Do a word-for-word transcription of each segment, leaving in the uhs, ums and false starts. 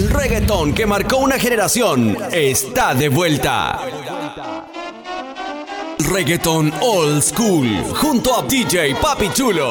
El reggaetón que marcó una generación está de vuelta. Reggaetón Old School junto a D J Papi Chulo.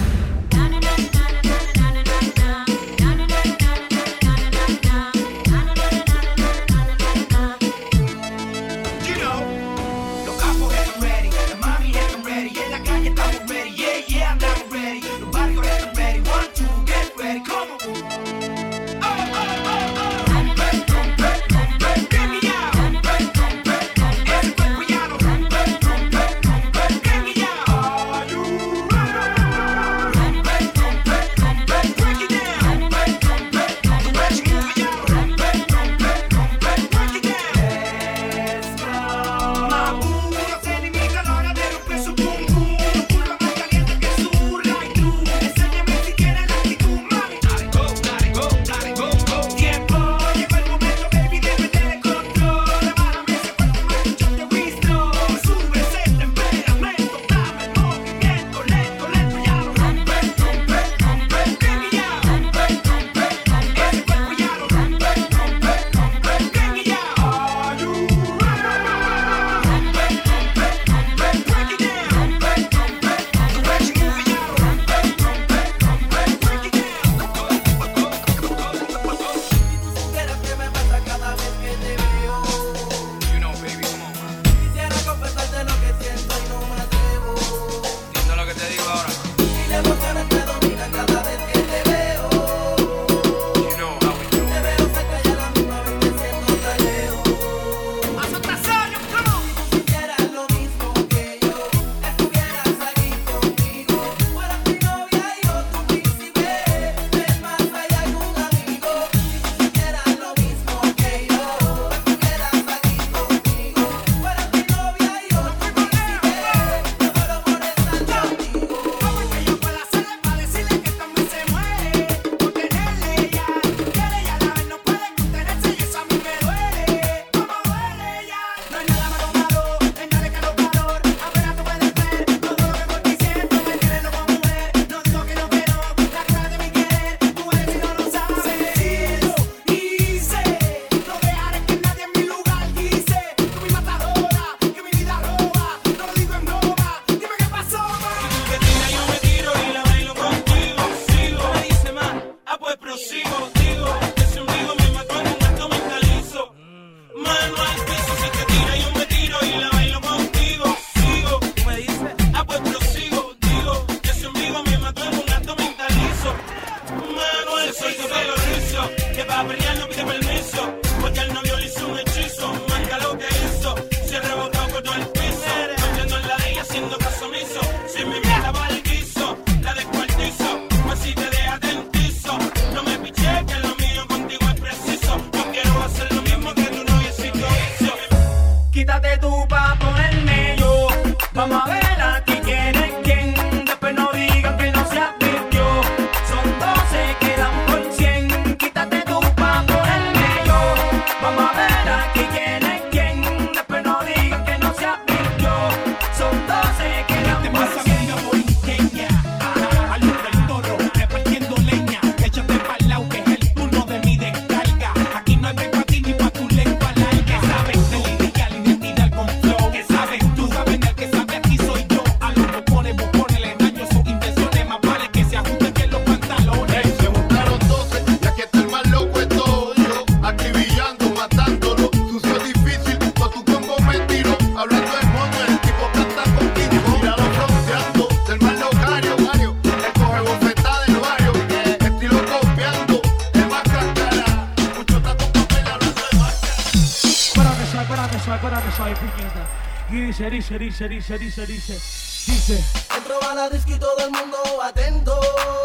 Dice, dice, dice, dice, dice, dice, dice. Entro a la disco y todo el mundo atento.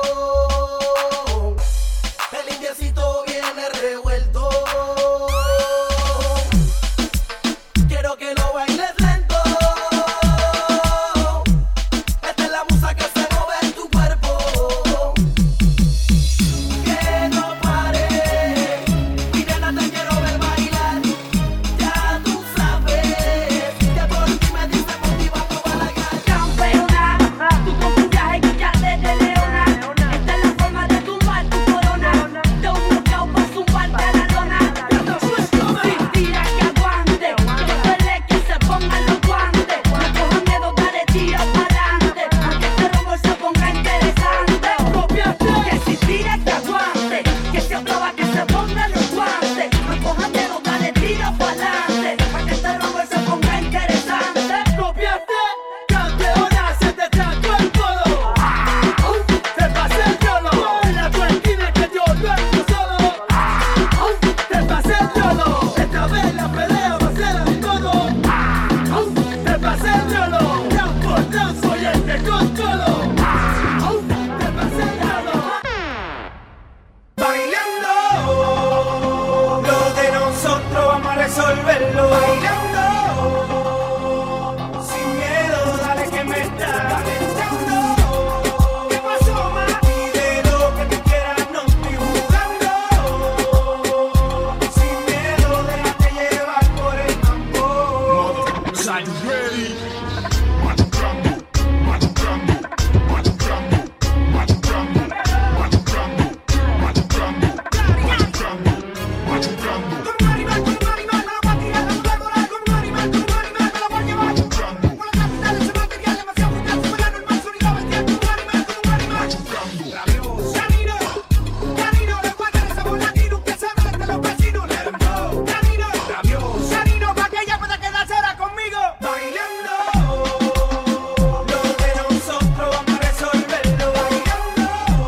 El indiecito viene revuelto. Quiero que lo bailes lento. Esta es la musa que se mueve en tu cuerpo. Que no pare. Mi nena, te quiero ver bailar. Ya tú sabes. Ya por ti me dice motivando para la calle. Campeona, tú con tu viaje que ya te de leona. Esta es la forma de tumbar tu corona. De un se pongan los guantes, no cojan de los dale, tira pa'lante, pa' que este rumbo se ponga interesante. Copiaste, campeona, se te trancó el colo. Te pasé el violo, en la tu esquina que yo duermo solo. Te pasé el violo, esta vez la pelea va a ser al todo. Te pasé el violo, down por down, soy el que controlo. Te pasé el violo. Bailando, lo de nosotros vamos a resolverlo. Bailando, sin miedo, dale que me está calentando. ¿Qué pasó, ma? Pide lo que te quieras, no estoy jugando. Sin miedo, déjate llevar por el mambo. Como un animal, como un animal, no lo voy a tirar, no lo voy a volar. Como un animal, como un animal, no lo voy a llevar. Con la capital, ese material demasiado brutal, supera normal, sonido bestial. Como un animal, como un animal. Rabioso. Canino, canino, le voy a dar esa bola aquí, nunca se mete los vecinos. Let 'em go. Canino, rabioso. Canino, pa' que ella pueda quedarse ahora conmigo. Bailando, lo de nosotros vamos a resolverlo. Bailando,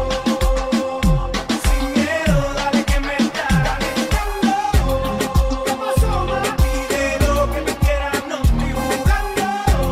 sin miedo, dale que me está calentando. ¿Qué pasó, ma? Pide lo que me quieras, no estoy jugando.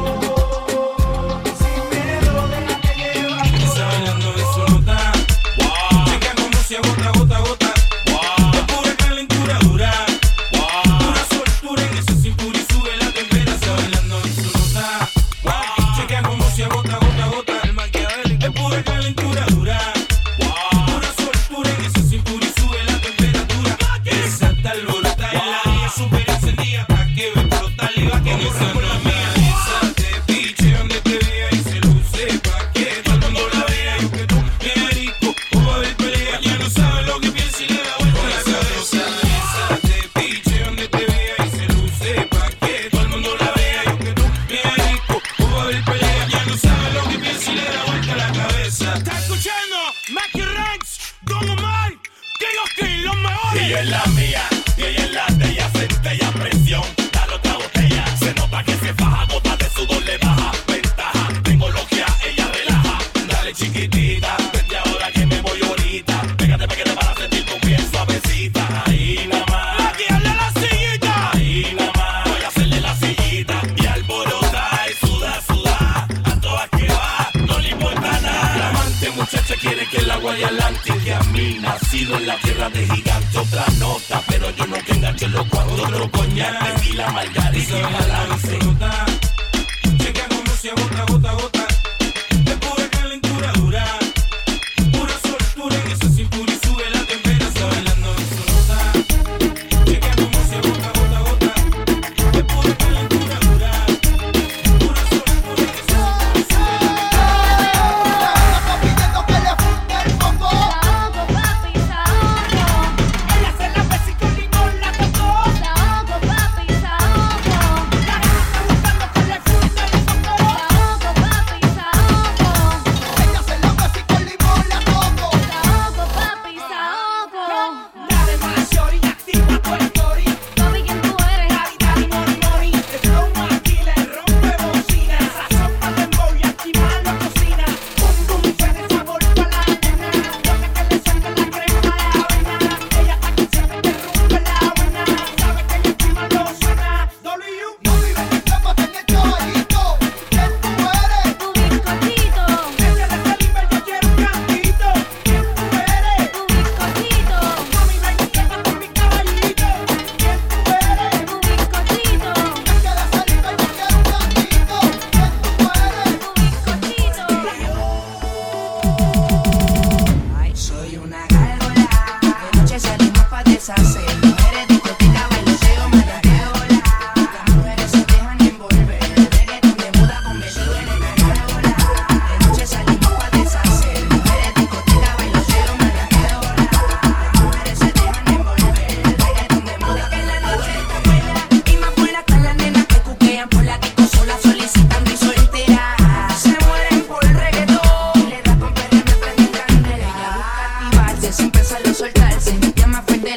Sin miedo, déjate llevar. Está bailando de su nota. Chequea como se agota, gota, gota. Es pura calentura dura. Una soltura en esa cintura y sube la temperatura. Está bailando de su nota. Chequea como se agota, gota, gota. El maquiavélico. Es pura calentura dura. Una soltura en esa cintura y sube la temperatura. Esa está alborota en la vía super encendida. Pa' que ve explotar y va que no se por la mía. Esa te piche donde te vea y se luce. Pa' que todo el mundo la vea y que tú bien rico. O va a haber pelea, ya no sabe lo que piensa y le da vuelta a la cabeza. Esa te piche donde te vea y se luce. Pa' que todo el mundo la vea y que tú bien rico. O va a haber pelea, ya no sabe lo que piensa y le da vuelta a la cabeza. ¿Estás escuchando? Mackie Ranks, Don Omar, King of King, los mejores. Y ella es la mía, y ella es la de ella, centella, presión, dale otra botella. Se nota que se faja, gota de sudor le baja. Ventaja, tengo logia, ella relaja. Dale chiquitita, vete ahora que me voy ahorita. Pégate, pégate para sentir tu piel suavecita. Ahí nada más, Mackie, hazle la sillita. ahí nada más. Voy a hacerle la sillita y alborota y suda, suda. A todas que va, no le importa nada. La amante muchacha quiere que el agua y adelante. Que a mí nacido en la tierra de gigante. Otra nota, pero yo nunca enganché los cuantos. Otro coñac, tequila, margarita y balance. Chequea como se agota, gota, gota. Es pura calentura dura. Una soltura en esa cintura y sube la temperatura. Está bailando de su nota. Chequea como se agota, gota, gota. Es pura calentura dura. Una soltura en esa cintura y sube la Está pidiendo que le funde el foco. Saoco, papi, saoco. Ella se la besó y con limón la tocó. Saoco, papi, saoco. La nena está buscando que le funde el foco. Saoco, papi, saoco. Ella se la besó y con limón la tocó. Saoco, papi, saoco. Dale más shorty, activa tu story. Papi, ¿quién tú eres? Daddy, daddy, mori, mori. El flow aquí le rompe bocina. Sazón pa' dembow y activar la cocina. Boom, boom, tiene sabor pa' la nena. Loca que le suelta la crema a la avena. Ella está que siempre te rompe la buena. Sabe que ella encima lo suena. W. No vive en el campo, en el caballito. ¿Quién tú eres? Tu bizcochito, Ella de Felipe, yo quiero un cantito. ¿Quién tú eres? tu bizcochito, Mami, ven y quédate con mi caballito. ¿Quién tú eres? tu bizcochito, Ella de Felipe, yo quiero un cantito. ¿Quién tú eres? tu bizcochito. Soy una gárgola, de noche salimos pa' deshacer. Mujeres, discoteca, bailoteo, mariateola. Las mujeres se dejan envolver. Reggaeton de muda convertido en una gárgola. De noche salimos pa' deshacer. Mujeres, discoteca, bailoteo, mariateola. Las mujeres se dejan envolver. Reggaeton de muda que la noche está buena. Y más buena están las nenas que cuquean por la disco sola, solicitando y solteras. Se mueren por reggaetón. Le da con perder, me prende candela. Ella busca activarse, sin pensarlo soltarse. Ya más fuerte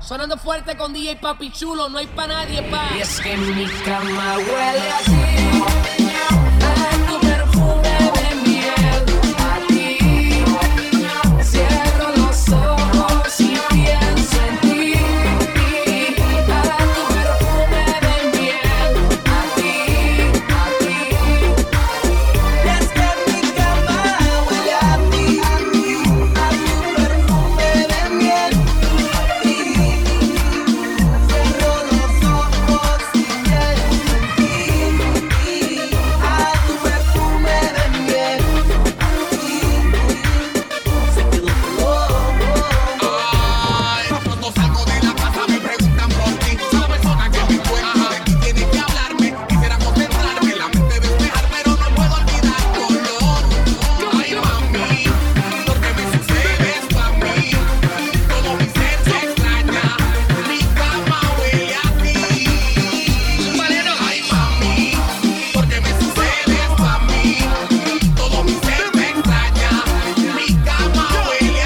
Sonando fuerte con D J Papi Chulo, no hay pa' nadie, pa. Y es que mi cama huele así, a tu perfume de miel, a ti. Cierro los ojos y pienso en ti, a tu perfume de miel, a ti, a ti. Y es que mi cama huele a ti, a tu perfume de miel, a ti. Cierro los ojos y pienso en ti, a tu perfume de miel, a ti. Se quedó loco. Ay, cuando salgo de la casa me preguntan por ti. Soy la persona que me encuentro, de ti tienes que hablarme. Quisiera concentrarme, la mente despejar, pero no puedo olvidar color. Ay, mami, porque me sucede esto a mí. Todo mi ser se extraña, mi cama huele a ti. Ay, mami, porque me sucede esto a mí. Todo mi ser me extraña, mi cama huele a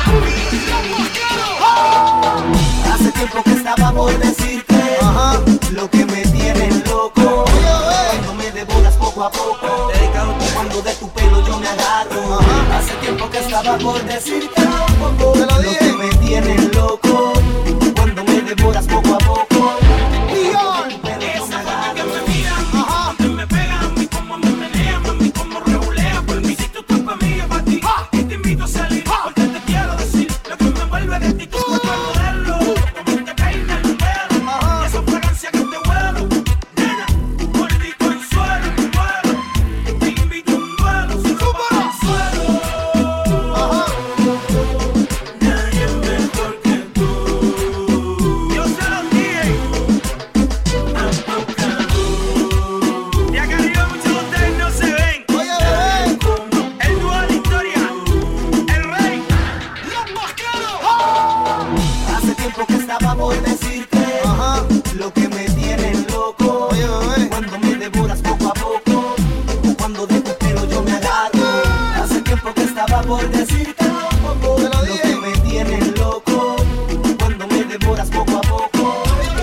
ti. Hace tiempo que estaba por decirte lo que me tiene loco. Cuando me devoras poco a poco, cuando de tu pelo yo me agarro. Hace tiempo que estaba por decirte lo que me tiene loco. Cuando me devoras poco a poco, cuando de tu pelo yo me agarro. Que me pega a mí, como me menea, mami, como regulea. Por mí, si tú estás pa' mí, yo pa' ti. Y te invito a salir, porque te quiero decir lo que me envuelve de ti. Tu cuerpo es modelo, como te cae en el pelo. Y esa fragancia que te huelo, nena, gordito en suelo, en vuelo. Te invito a un duelo, solo para el suelo. Nadie mejor que tú. Yo se los dije. I'm tocando. Ya que arriba muchos de ustedes no se ven. El dúo de la historia, el rey, los mosqueros. Hace tiempo que estaba por decirte lo que me tiene loco. Cuando me devoras poco a poco, cuando de tu pelo yo me agarro. Hace tiempo que estaba por decirte lo que me tiene loco. Cuando me devoras poco a poco.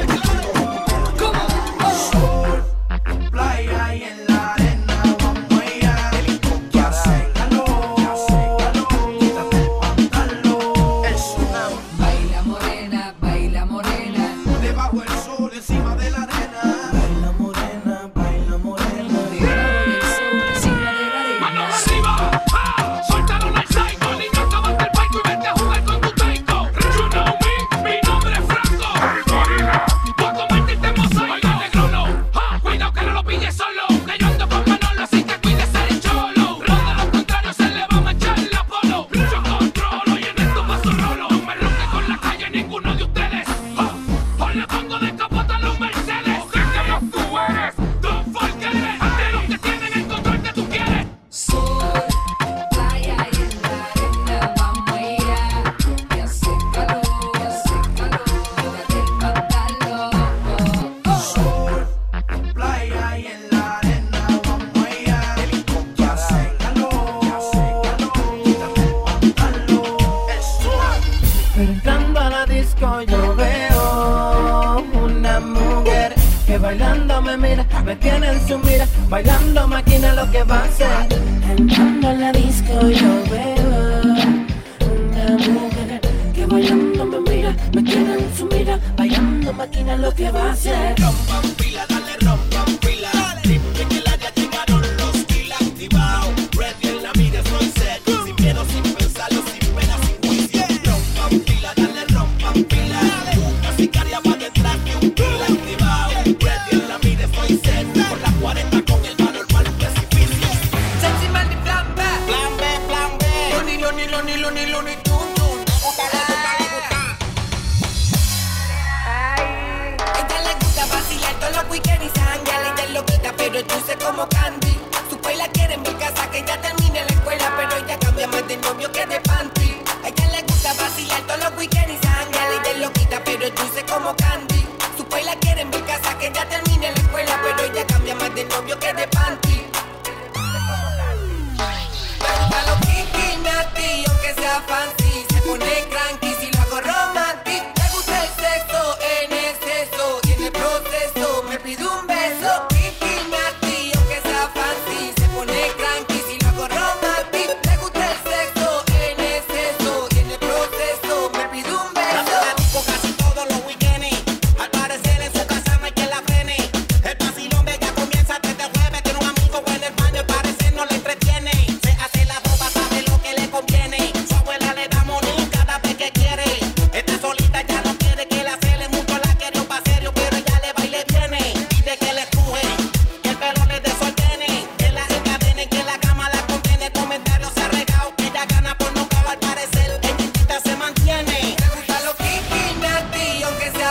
Playa y en la arena vamos allá. Que hace calor, que hace calor. Quítate el pantalón, el tsunami. Baila morena, baila morena. Debajo el sol, encima de la arena. Baila morena, baila morena. Debajo del sol, encima de la arena. ¡Manos arriba! ¡Ah! ¡Suéltalo al psycho! Niño, acabate el palco y vete a jugar con tu taiko. You know me, mi nombre es Franco. Voy a convertirte en mosaico. Negro no, ah, cuidado que no lo pilles solo. Que yo ando con Manolo, así que cuídese el cholo. Lo de los contrarios se le va a manchar la polo. Yo controlo y en esto paso rolo. No me ronque con la calle ninguno de ustedes. Ah, o le pongo de capota a los Mercedes. ¿Qué más tú eres? Don't forget it. De los que tienen el control que tú quieres. Sol, playa y en la arena vamos allá. Que hace calor, que hace calor. Quítate el pantalón. Sol, playa y en la arena vamos allá. Que hace calor, que hace calor. Quítate el pantalón, el tsunami. Entrando a la disco yo veo una mujer que bailando me mira, me tiene en su mira, bailando máquina lo que va a hacer. Entrando a la disco yo veo una mujer que bailando me mira, me tiene en su mira, bailando máquina lo que va a hacer. Rompan pila, dale, rompan pila. Dime que la ya llegaron los kilos activados. Ready en la mira, soy set. Sin miedo, sin pensarlo, sin pena, sin juicio. Rompan pila, dale, rompan pila. Una sicaria va detrás de un kilo activado. Ready en la mira, soy set. Por la cuarenta con el valor para un precipicio. Sexy man y plan B. Plan B, plan B. Luni, luni, luni, luni, luni, tun, tun. Ella le gusta vacilar todos los weekends y sanguear. Ella es loquita, pero es dulce como candy. Su país la quiere en mi casa, que ya termine la escuela, pero ella cambia más de novio que de panty. A ella le gusta vacilar todos los weekends y sanguear. Ella es loquita, pero es dulce como candy. Su país la quiere en mi casa, que ya termine la escuela, pero ella cambia más de novio que de panty. Para los kiki, nati, aunque sea fancy, se pone cranky si lo hago romantic. Le gusta el sexo,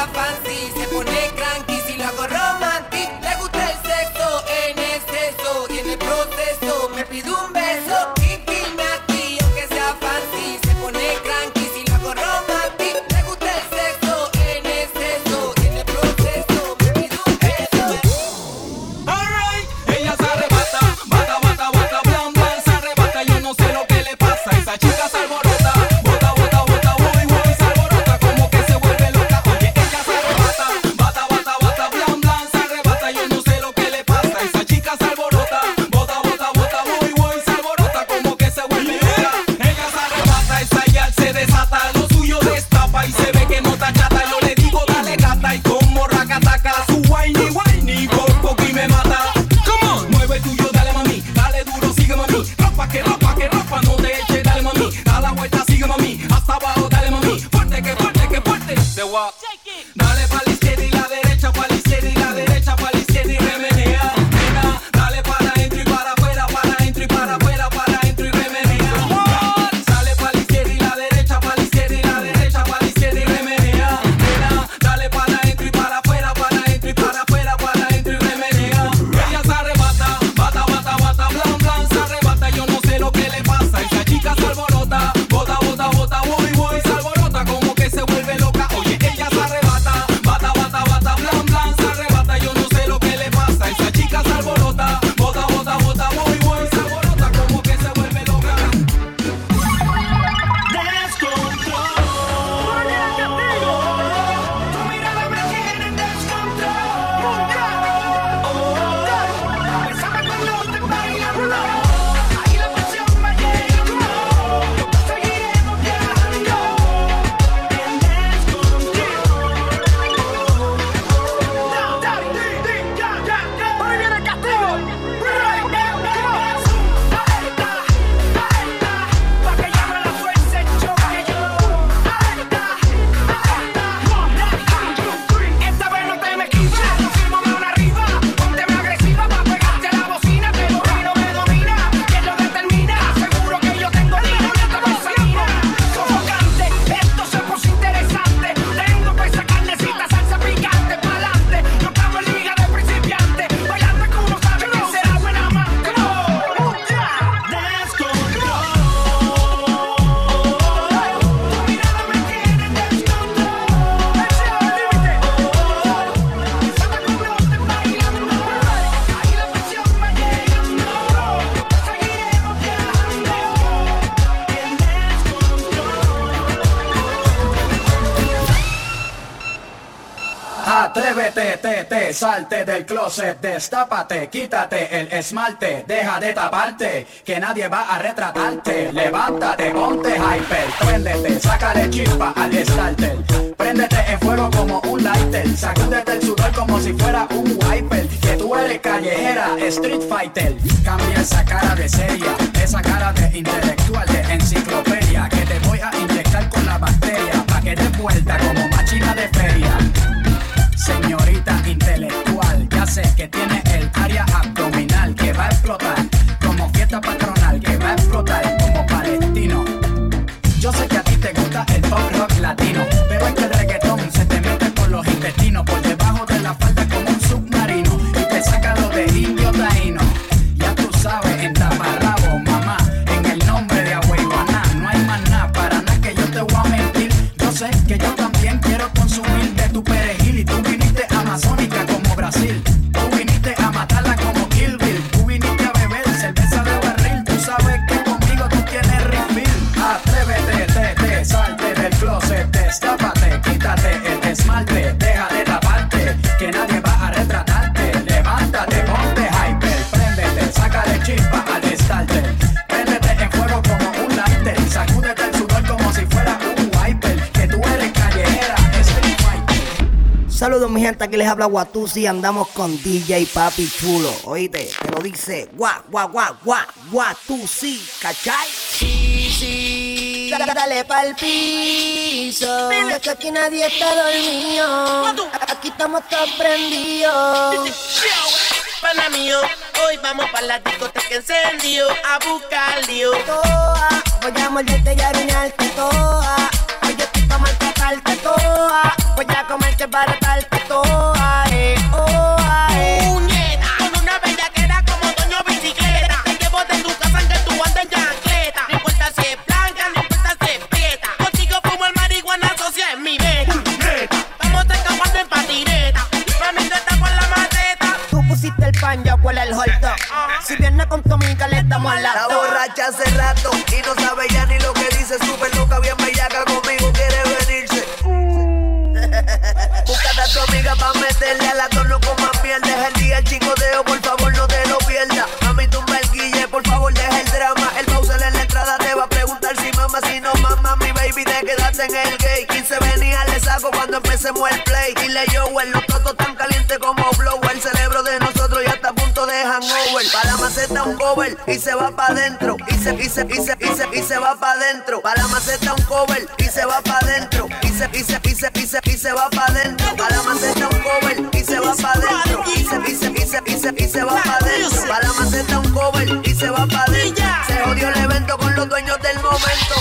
sea fancy, se pone cranky si lo hago romantic. Le gusta el sexo en exceso y en el proceso me pide un beso. Kiki me aquí, aunque sea fancy, se pone cranky si lo hago romantic. Le gusta el sexo en exceso y en el proceso me pide un beso. Alright, ella se arrebata, bata, bata, bata, blan, blan, se arrebata. Yo no sé lo que le pasa, esa chica se alborota, bota, bota, bota, voy, voy, se alborota, como que se vuelve loca. Oye, ella se arrebata, bata, bata, bata, blan, blan, se arrebata. Yo no sé lo que le pasa, esa chica se alborota, bota, bota, bota, voy, voy, se alborota, como que se vuelve loca. Ella se arrebata, esa ya se desata, lo suyo destapa y se ve que no está chata. Yo le digo dale gata y como racataca, su whiny, whiny, por poco y me mata. Come on, mueve tuyo, dale mami, dale duro, sigue mami, rapa que rapa que rapa, no te eche, dale mami, da la vuelta, sigue mami, hasta abajo, dale mami, fuerte que fuerte que fuerte. The walk. Dale pa' la izquierda y la derecha, pa' la izquierda y la derecha, pa' la izquierda y remenea. Nena, dale para adentro y para afuera, para adentro y para afuera, para adentro y remenea. Dale pa' la izquierda y la derecha, pa' la izquierda y la derecha, pa' la izquierda y remenea. Nena, dale para adentro y para afuera, para adentro y para afuera, para adentro y remenea. Ella se arrebata, bata, bata, bata, blan, blan, se arrebata. Yo no sé lo que le pasa, esa chica se alborota, bota, bota, bota, voy, voy, se alborota, como que se vuelve loca. Oye, ella se arrebata, bata, bata, bata, blan, blan, se arrebata. Yo no sé lo que le pasa, esa chica se alborota, bota, bota, bota, voy, voy, se alborota, como que se vuelve loca. Esta vez no te me esquives, símame una arriba, pónteme agresiva pa' pegarte a la bocina, te domino, me domina, ¿quién lo determina? Seguro que yo tengo tiro en esta bocina. Sofocante, esto se puso interesante, tengo que esa carnecita, salsa picante, pa'lante, no estamos en liga de principiantes, bailando que uno sabe que será buen amante. Tu mirada me tiene en descontrol, ese es el límite. Sabe cómo te bailando, ahí la presión va llegando, seguiremos viajando en Atrévete, te, te, salte del closet, destápate, quítate el esmalte, deja de taparte, que nadie va a retratarte. Levántate, ponte hyper, préndete, sácale chispa al starter. Préndete en fuego como un lighter, sacúdete el sudor como si fuera un wiper. Que tú eres callejera, street fighter. Cambia esa cara de seria, esa cara de intelectual, de enciclopedia, que te voy a inyectar con la bacteria, pa' que des vuelta como máquina de feria. Señorita intelectual, ya sé que tiene el área abdominal que va a explotar como fiesta patronal, que va a explotar como palestino. Yo sé que a ti te gusta el pop rock latino, pero es que el reggaetón se te mete por los intestinos, por debajo de la falda como un submarino, y te saca lo de indio taíno. Ya tú sabes, en taparrabo, mamá, en el nombre de Agüeyuaná, no hay más nada, para nada que yo te voy a mentir. Yo sé que yo también quiero consumir de tu perejil, y tú viniste amazónica como Brasil, tú viniste a matarla como Kill Bill, tú viniste a beber cerveza de barril, tú sabes que conmigo tú tienes refill. Atrévete, te, te, salte del closet, destápate, quítate el esmalte, deja de taparte, que nadie va a retratarte. Levántate, ponte hyper, préndete, sácale chispa al starter. Préndete en fuego como un lighter, sacúdete el sudor como si fuera un wiper, que tú eres callejera, street fighter. Saludos mi gente, aquí les habla Watusi, andamos con D J Papi Chulo. Oíste, te lo dice Gua, Gua, Gua, Gua, Watusi, ¿cachai? Sí, sí, dale pa'l piso, que aquí nadie está dormido, aquí estamos todos prendidos. Pana mío, hoy vamos pa' la discoteca encendido a buscar lío. Toa, voy a morderte y arruinarte toa, hoy yo estoy pa' maltratarte toa, voy a comerte desbaratarte toda, eh, oh, eh. Puñeta, con una bellaquera como Doño Bicicleta. Te llevo de tu casa en que tú andes en chancleta. No importa si es blanca, no importa si es prieta. Contigo fumo el marihuana, socia en mi beta. Vamos a escapando en patineta. Mami, tú estás por la maceta. Tú pusiste el pan, ya huele el hot dog. Si viene con tu amiga, le damos a la La dos. borracha hace rato y no sabe ya ni lo que dice. Súper loca, bien bellaca, conmigo quiere venirse. Búscate a tu amiga pa' meterle a la torno con más mierda. Es el día, el chingoteo, por favor no te lo pierdas. Mami, tumba el guille, por favor deja el drama. El Bowser en la entrada te va a preguntar si mama, si no mama. Mi baby, te quedaste en el gay. quince venía, le saco cuando empecemos el play. Dile yo, well, los totos tan calientes como blower. El cerebro de nosotros ya está a punto de hangover. Pa' la maceta un cover y se va pa' dentro. Y se, y se, y se, y se, y se va pa' dentro. Pa' la maceta un cover y se va pa' dentro. Y se, y se, y se, y se, y se va pa' dentro. Pa' la maceta un cover y se va pa' dentro. Y se, y se, y se, y se, y se va pa' dentro. Pa' la maceta un cover y se va pa' dentro. Se jodió el evento con los dueños del momento.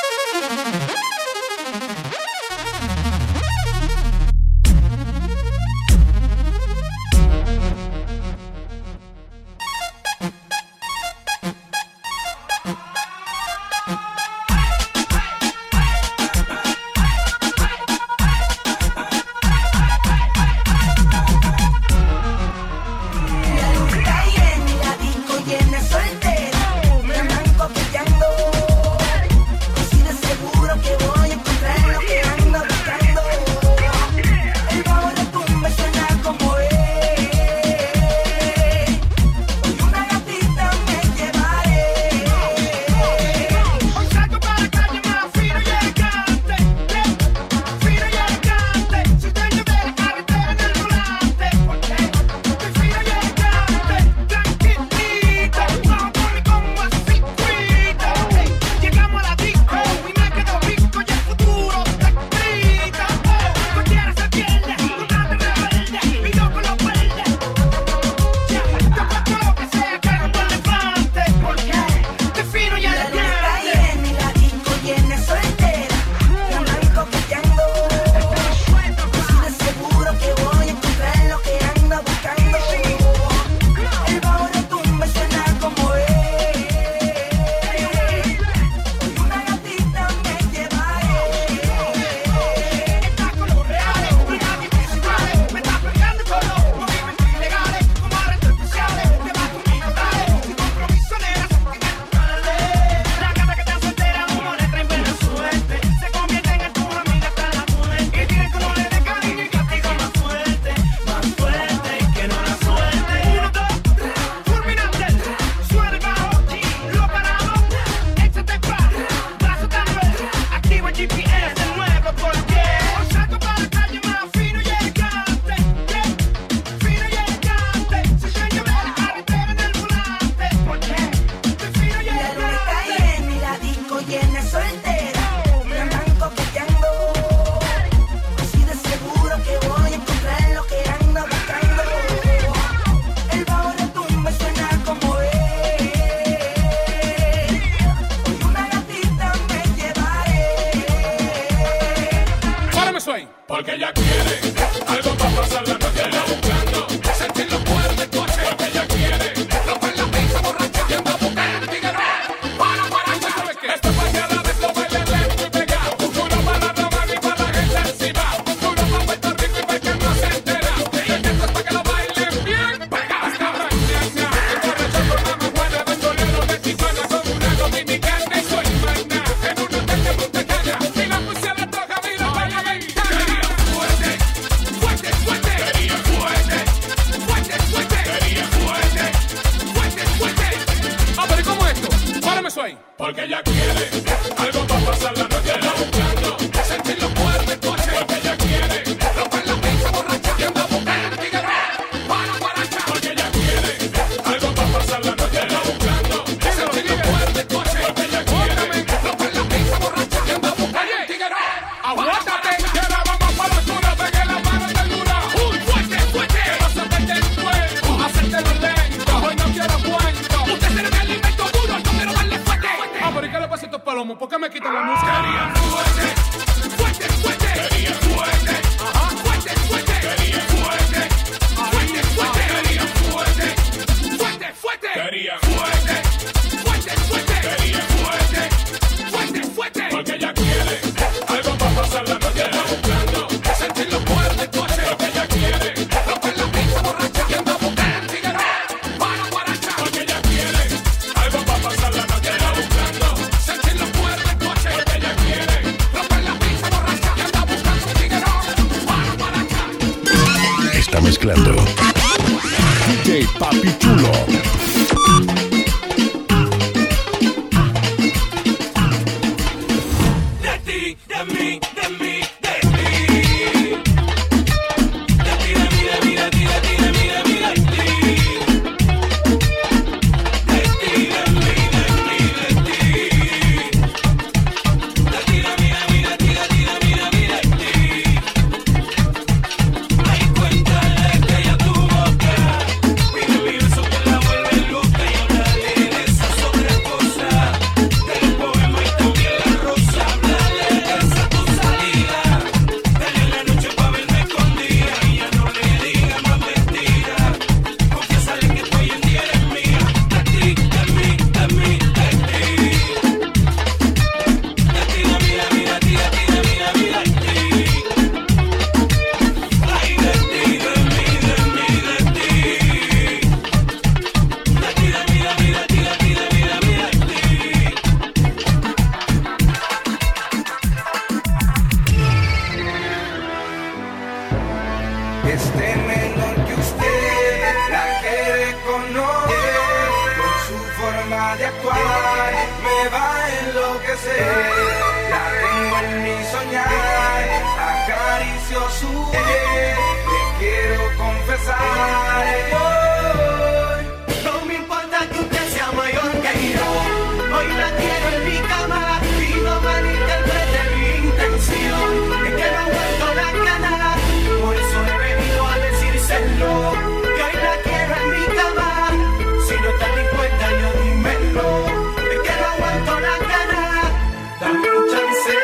La disco llena soltera, me andan coqueteando. Así de seguro que voy a encontrar lo que ando buscando. El bajo retumba y suena como es. Hoy una gatita me llevaré. Hoy salgo para la calle más fino y elegante, fino y elegante. Soy dueño de la carretera en el volante, porque estoy fino y elegante, tranquilita. Vamos a correr como así, cuida. Llegamos a la disco y me quedo rico y el futuro está escrito. Cualquiera se pierde, tú date rebelde, y yo con los verdes. Yo puesto lo que sea que haga un elefante, porque estoy fino y La luna está elegante. llena y la disco llena soltera, me andan coqueteando. Así de seguro que voy a encontrar lo que ando buscando. El bajo retumba y suena como es. Hoy una gatita me llevaré. Estás con los reales, brigades principales. Me estás pegando con los movimientos ilegales, como arrestos especiales. Te vas conmigo, dale, sin compromiso, nena, sentimientos totales. La gata que te soltera, como le traen buena suerte. Se convierten en tus amigas hasta la muerte. Y tienen colores de cariño y castigo más fuerte, más fuerte que no la suerte. Uno, dos, tres, fulminante. Suena el bajo, lo paramos. Échate pa, brazo tan fuerte. Activo el G P S de nuevo porque hoy salgo para la calle más fino y elegante, fino y elegante. Soy dueño de la carretera en el volante, porque estoy fino y La luna está elegante. llena y la disco llena soltera, me andan coqueteando. Así de seguro que voy a encontrar lo que ando buscando. El bajo retumba y suena como es. Hoy una gatita me llevaré. Párame eso ahí. Porque ella quiere algo para pasar la noche la buscando. Sentir los poderes del coche. Porque ella quiere romper la pista borracha. Y anda buscando tigre. Para, para, ¿sabes qué? Esto es para que a la vez lo baile lento y pegado. Uno para la romana y para la gente encima. Uno para Puerto Rico y para el que no se entera. Y esto es para que lo bailen bien pegado. Hasta mañana. Emborracho por la más buena. Venezolano de Tijuana con una dominicana y soy magna. En un hotel de Punta Cana. Y la puse a la toca, mira, vaya mexicana. Fuerte, fuerte, fuerte. Fuerte, fuerte, fuerte. está mezclando D J Papi Chulo. De ti, de mí, de mí, de ti. De ti, de mí, de mí, de ti, de ti, de mí, de mí, de ti. De ti, de mí, de mí, de ti. De ti, de mí, de mí, de ti, de ti, de mí, de mí, de ti. Me di cuenta de que ya tu boca pide mi beso que la vuelve loca y hablarle de esas otras cosas, de los poemas y también la rosa. Hablarle de esa tu salida, dale la noche pa' verme escondida y ya no le digas más mentiras. Confiésale que tú hoy en día eres mía. De ti, de mí, de mí, de ti. De ti, de mí, de mí, de ti, de ti, de mí, de mí, de ti. Ay, de ti, de mí, de mí, de ti. De ti, de mí, de mí, de ti, de ti, de mí, de mí, de ti. Este menor que usted la quiere conocer, con su forma de actuar me va a enloquecer. La tengo en mi soñar, acaricio su piel, le quiero confesar hoy. No me importa que usted sea mayor que yo, hoy la quiero en mi cama y no malinterprete mi intención. Es que no aguanto la gana, por eso he venido a decírselo, que hoy la quiero en mi cama. Si no estás dispuesta yo dímelo, es que no aguanto la gana. Dame un chance,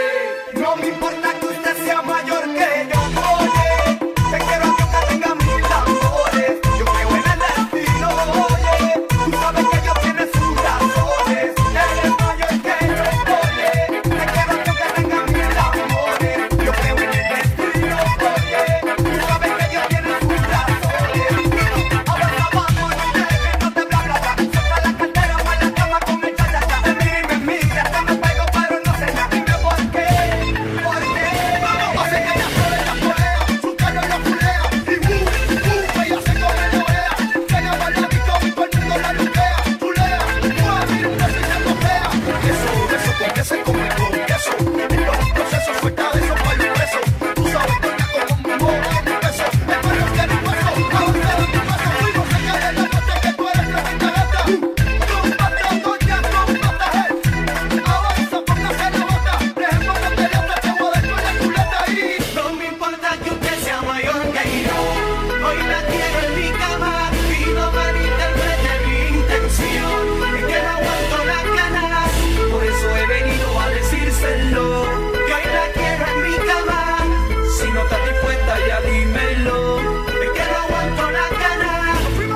no me importa que usted sea mayor que yo. Oye, te quiero que usted tenga mis tambores, yo creo en el destino. Oye, tú sabes que Dios tiene sus razones, eres mayor que yo. Oye, te quiero que usted tenga mis tambores, yo creo en el destino. Oye, tú sabes que Dios tiene sus razones. Ahora vamos, no dejes que no te bla bla bla. Suelta la cartera o en la cama con el cha-cha-cha. Te miro y me mira, te me pego pero no sé nada. Dime por qué, por qué. Hace que ella se la polea, su cara la culea. Y uh, uh, ella se come la orea. Llega para la disco y todo el mundo la luquea. Chulea, uh, mira un beso y se cojea. Eso, eso, porque se come con queso. En los procesos suelta de esos palos presos. Tú sabes que está como un mono en un beso. El perro quiere un hueso, ahora de tu paso. Y no se cae en la noche que tú eres tremenda gata. Cómpate a doña, cómpate a él. Avanza, póngase la bota. Dejemos de pelear, te voy a dar con la culata ahí. No me importa que usted sea mayor que yo, hoy la quiero en mi cama y no malinterprete mi intención. Es que no aguanto las ganas, por eso he venido a decírselo, que hoy la quiero en mi cama. Si no estás dispuesta ya dímelo, es que no aguanto las ganas.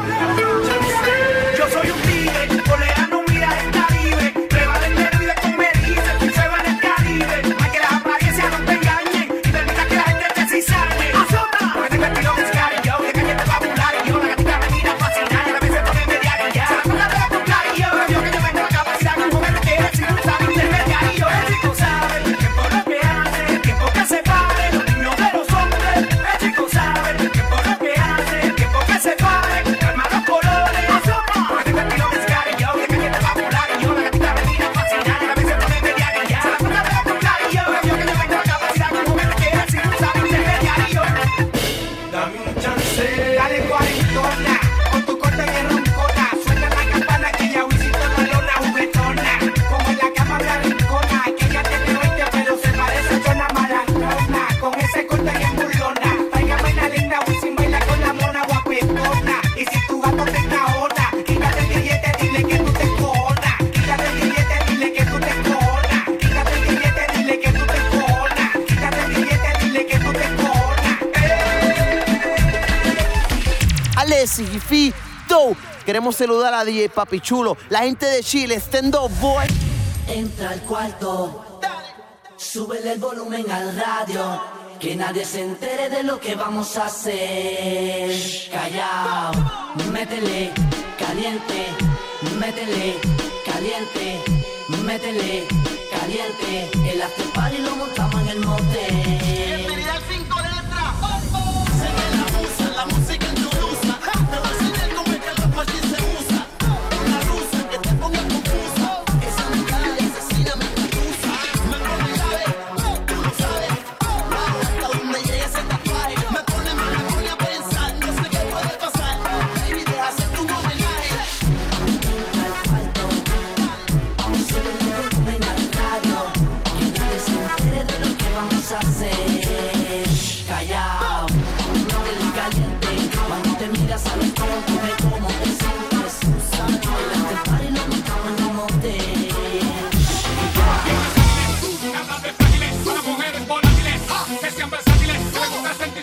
Yo soy un tigre, polea no mira el Caribe, prevale el nervio de comercial, se va en el Caribe. Para que las apariencias no te engañen y permita que la gente te cizañe. Porque tengo estilo de Scar y yo, de calle te va a burlar y yo, la gatita me mira fascinar y a veces pone media guilla. Se la ponga de la comprar y yo, yo que yo tengo la capacidad como me requiere, si tú sabes intermediar y yo, el chico sabe el tiempo lo que hace, el tiempo que separe los niños de los hombres. El chico sabe el tiempo lo que hace, el tiempo que separe, calma los colores. Porque tengo estilo de Scar y yo, de calle te va a burlar y yo, la gatita me mira fascinar y a veces pone media guilla. Se la ponga de la comprar y yo, yo que yo tengo la capacidad como me requiere, si tú sabes intermediar y yo. Dame un chance, dale cuarentona, con tu corte de roncona. Suena la campana que ya visito la lona juguetona. Como en la cama de rincona, que ella tiene veinte pero se parece a una maratona. Con ese corte bien burlona, tráigame la linda Wisin, baila con la mona guapetona. Y si tu gato te encaona, quítate el billete, dile que tú te cojonas. Quítate el billete, dile que tú te cojonas. Quítate el billete, dile que tú te cojonas. Quítate el billete, dile que tú te cojonas. Alessi y Fito. Queremos saludar a D J Papi Chulo, la gente de Chile, Stand Up Boy. Entra al cuarto, súbele el volumen al radio, que nadie se entere de lo que vamos a hacer. Callao, métele, caliente, métele, caliente, métele, caliente. El after party lo montamos en el motel. Bienvenida al cinco letras. Se me la usa.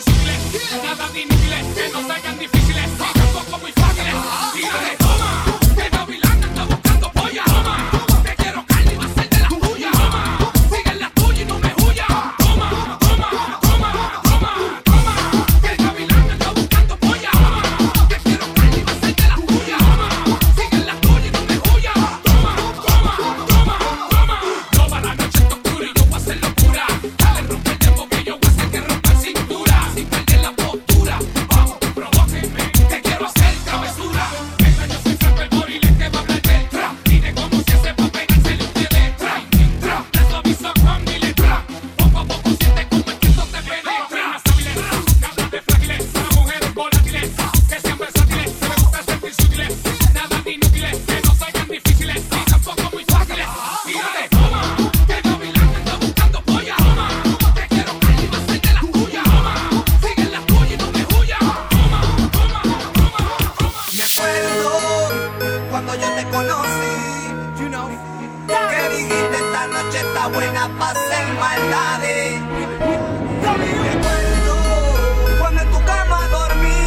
útiles, nada de inútiles, que no salgan difíciles, ni tampoco muy fáciles. Tírale, toma, que Gavilán anda buscando polla. Toma, te quiero carne y va a ser de la tuya. Toma, sigue la tuya y no me huya. Toma, toma, toma, toma, toma, que Gavilán anda buscando polla. Toma, te quiero carne y va a ser de la tuya. Toma, sigue la tuya y no me huya. Toma, toma, toma, toma. Toda la noche está oscura y yo voy a hacer locura. Dale, rompe el tiempo que yo voy a hacer que rompa cintura. Sin perder la postura, vamos, provóquenme, te quiero hacer travesura. Venga, yo soy Franco el Borile que va a hablar del trap. Dile cómo se hace pa' pegarse el usted de trap. Trap, le suavizo con mi letra. Poco a poco siente como el quinto te penetra. Las hábiles, nada de frágiles, para mujeres volátiles, que sean versátiles, me gusta sentirse útiles. Nada de inútiles, que no salgan difíciles, ni tampoco muy fáciles. Tírale, toma, que Gavilán anda buscando polla. Toma, te quiero carne y va a ser de la tuya. Toma, sigue la tuya y no me huya. Toma, toma, toma, toma. Me acuerdo cuando yo te conocí, you know, que dijiste esta noche está buena pa' hacer maldades. Me acuerdo cuando en tu cama dormí,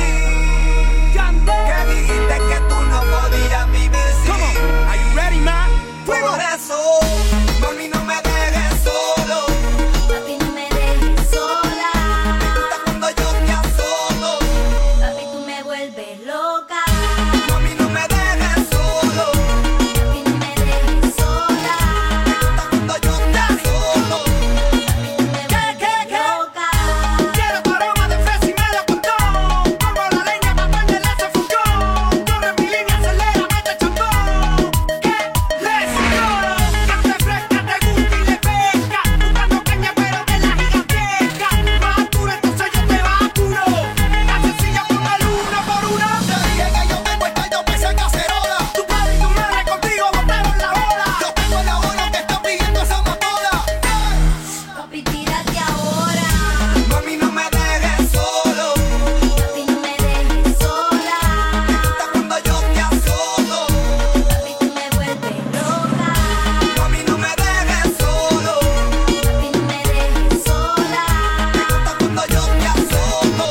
que dijiste que tú no podías vivir sin. Are you ready, man? Por eso, mami, no me dejes solo. Papi, no me dejes sola. Me gusta cuando yo te azolo. Papi, tú me vuelves loca. Mami, no me dejes solo. Papi, no me dejes sola. Me gusta cuando yo te azolo. Papi, tú me vuelves loca. Quiero tu aroma de fresa y melocotón. Pongo la leña pa' prenderle ese fogón. Corre mi línea, acelera, mete chambón. ¿Qué? Let's go. Que te fresca, te gusta y le pesca. Buscando caña pero de la gigantesca. Más dura, entonces yo te vacuro. La sencilla póngale uno por uno. Te dije que yo tengo esta yo pese en cacerola. Tu padre y tu madre contigo botaron la bola. Yo tengo la hora que está pidiendo esa motola. Papi, tírate ahora. Mami, no me dejes solo. Papi, no me dejes sola. Me gusta cuando yo te azolo. Papi, tú me vuelves loca. Mami, no me dejes solo. Papi, no me dejes sola. Me gusta cuando yo te azolo.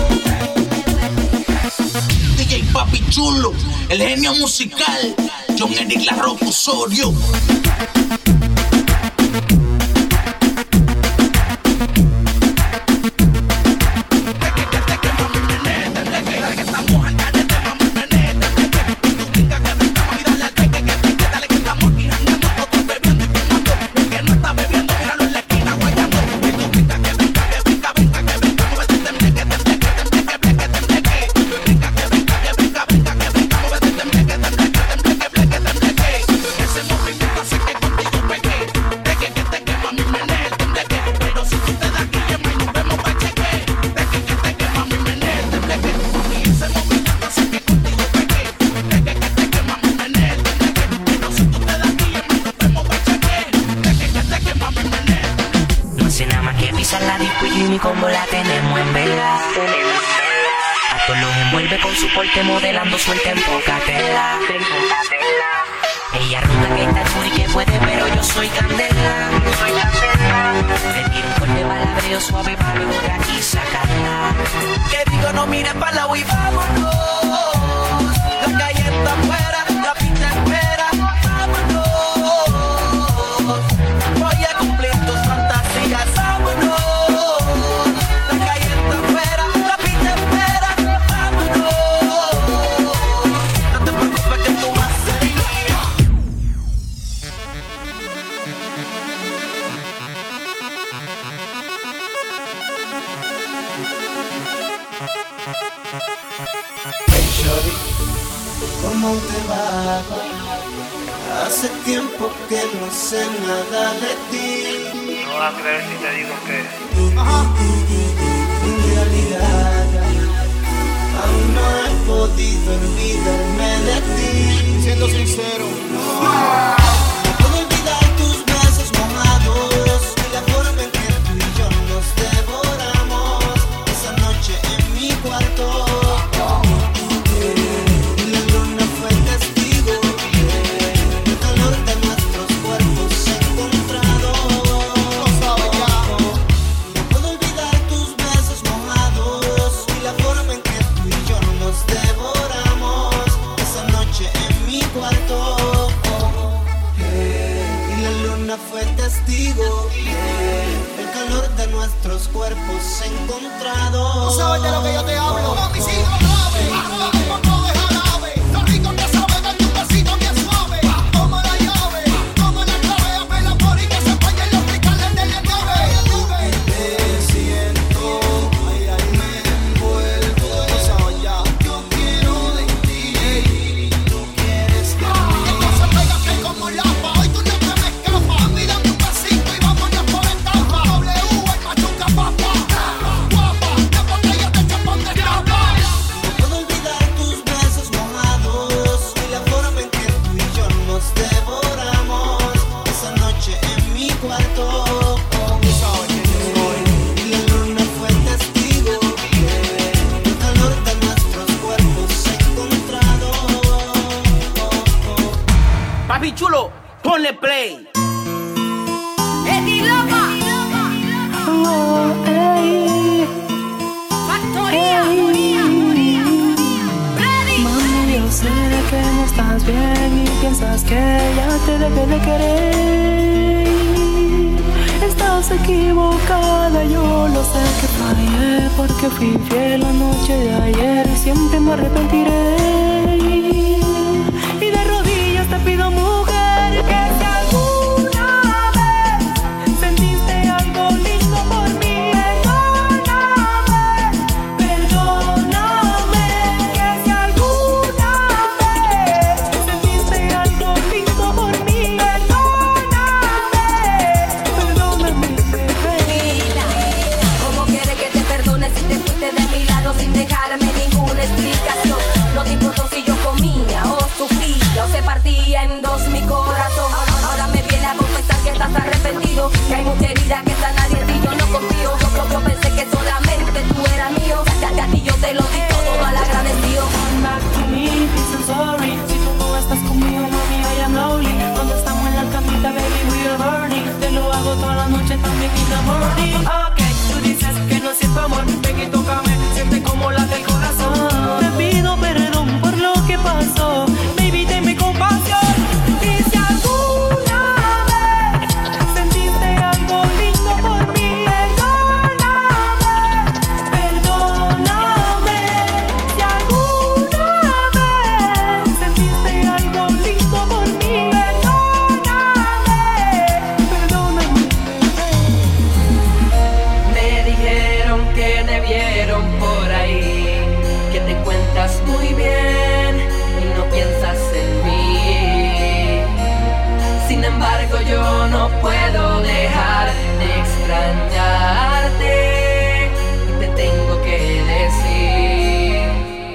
D J Papi Chulo, el genio musical, John Eric La Roca Osorio. No hace nada más que pisar la disco y mi combo la tenemos en vela. A todos los envuelve con su porte modelando suelta en poca tela. Ella ruta que está y que puede, pero yo soy candela. Soy candela. Le tiro un fuerte palabreo suave para luego de aquí sacarla. Que digo no mires para la y vámonos. La calle está afuera, la pista espera. Vámonos. Voy a cumplir tus fantasías. Vámonos. La calle está afuera, la pista espera. Vámonos. No te preocupes que tú vas a ser mía. Hey shorty, ¿cómo te va? Hace tiempo que no sé nada de ti. No vas a creer si te digo que En realidad, aún no he podido olvidarme de ti. Siendo sincero, No puedo olvidar tus besos mojados y la forma en que tú y yo nos devoramos esa noche en mi cuarto. Y la luna fue testigo del calor de nuestros cuerpos encontrados. No puedo olvidar tus sabes de lo que yo te hablo. Mami, sigo grave, con todo de jarabe. Lo rico que sabe darte un besito bien suave. Toma la llave, toma la clave. Apela por y que se vayan los cristales de la nave. Te siento, ay, ay, me envuelvo. Tú sabes ya, yo quiero de ti, tú quieres de mí. Entonces pégate como lapa, hoy tú no te me escapas. Mira tu pasito y vámonos por etapa. W, el machuca papá. Guapa, de botella de chapón de tapa. No puedo olvidar tus besos mojados y la forma en que tú y yo nos devoramos esa noche en mi cuarto. Y la luna fue testigo del calor de nuestros cuerpos encontrados. Papi chulo, ponle play. Eddie Loca. Factoría. Mami, yo sé que no estás bien y piensas que ya te dejé de querer. Estás equivocada, yo lo sé que fallé porque fui fiel la noche de ayer y siempre me arrepentiré. Y de rodillas te pido, mujer, que si alguna vez sentiste algo lindo por mí, perdóname, perdóname. Que si alguna vez sentiste algo lindo por mí, perdóname, perdóname, bebé. ¿Cómo quieres que te perdone si te fuiste de mi lado sin dejarme ninguna explicación? No te importó si yo comía o sufría o se partía en dos mi corazón. Ahora me viene a confesar que estás arrepentido, que hay mucha herida que sanar y en ti yo no confío. Yo, yo, yo pensé que solamente tú eras mío, ya, ya, a ti yo te lo di todo mal agradecido. Come back to me, please, I'm sorry. Si tú no estás conmigo, mami, I am lonely. Cuando estamos en la camita, baby, we are burning. Te lo hago toda la noche, también in the morning. Ok, tú dices que no siento amor, ven y tócame, siente como late el corazón. Te pido perdón por lo que pasó, baby, tenme compasión. Y si alguna vez sentiste algo lindo por mí, perdóname, perdóname. Si alguna vez sentiste algo lindo por mí, perdóname, perdóname. Me dijeron que te vieron por ahí, que te encuentras muy bien y no piensas en mí. Sin embargo, yo no puedo dejar de extrañarte y te tengo que decir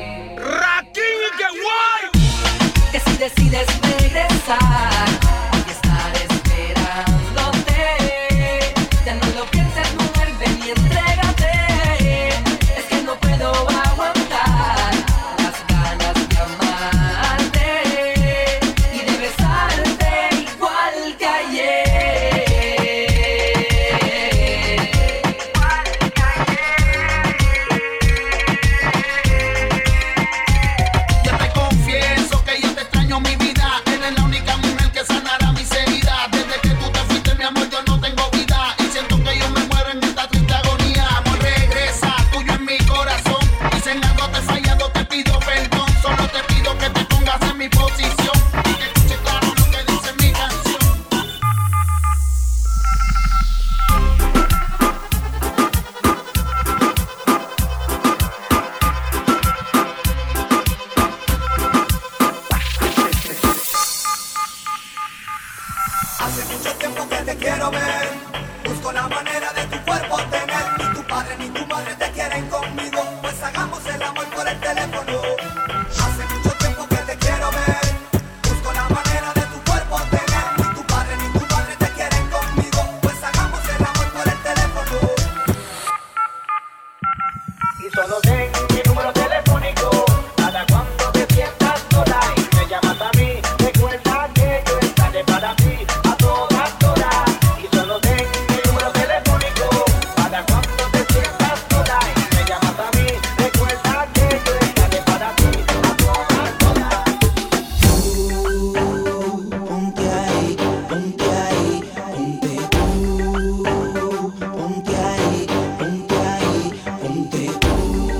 que si decides regresar, voy a estar esperándote. Ya no lo pienses, mujer, ven y entrégate. Es que no puedo aguantar las ganas de amarte y de besarte igual que ayer. Yo te confieso que yo te extraño, mi vida. Eres la única mujer que sanará mis heridas. Desde que tú te fuiste, mi amor, yo no tengo vida. Y siento que yo me muero en esta triste agonía. Amor, regresa, tuyo en mi corazón. Y si en algo te he fallado, te pido perdón. Solo te pido que te pongas en mi posición y que escuches claro lo que dice mi canción. Hace mucho tiempo que te quiero ver. Busco la manera de tu cuerpo tener. Ni tu padre ni tu madre te quieren conmigo. Pues hagamos el amor por el teléfono. Hace mucho tiempo que te quiero ver. Busco la manera de tu cuerpo tener. Ni tu padre ni tu madre te quieren conmigo. Pues hagamos el amor por el teléfono. Y solo ten mi número telefónico. Para cuando te sientas sola y me llamas a mí, recuerda que yo estaré para ti a todas horas. Y solo ten mi número telefónico. Para cuando te sientas sola y me llamas a mí, recuerda que yo estaré para ti a todas horas. Ponte ahí, ponte ahí, ponte tú. Ponte ahí, ponte ahí, ponte tú.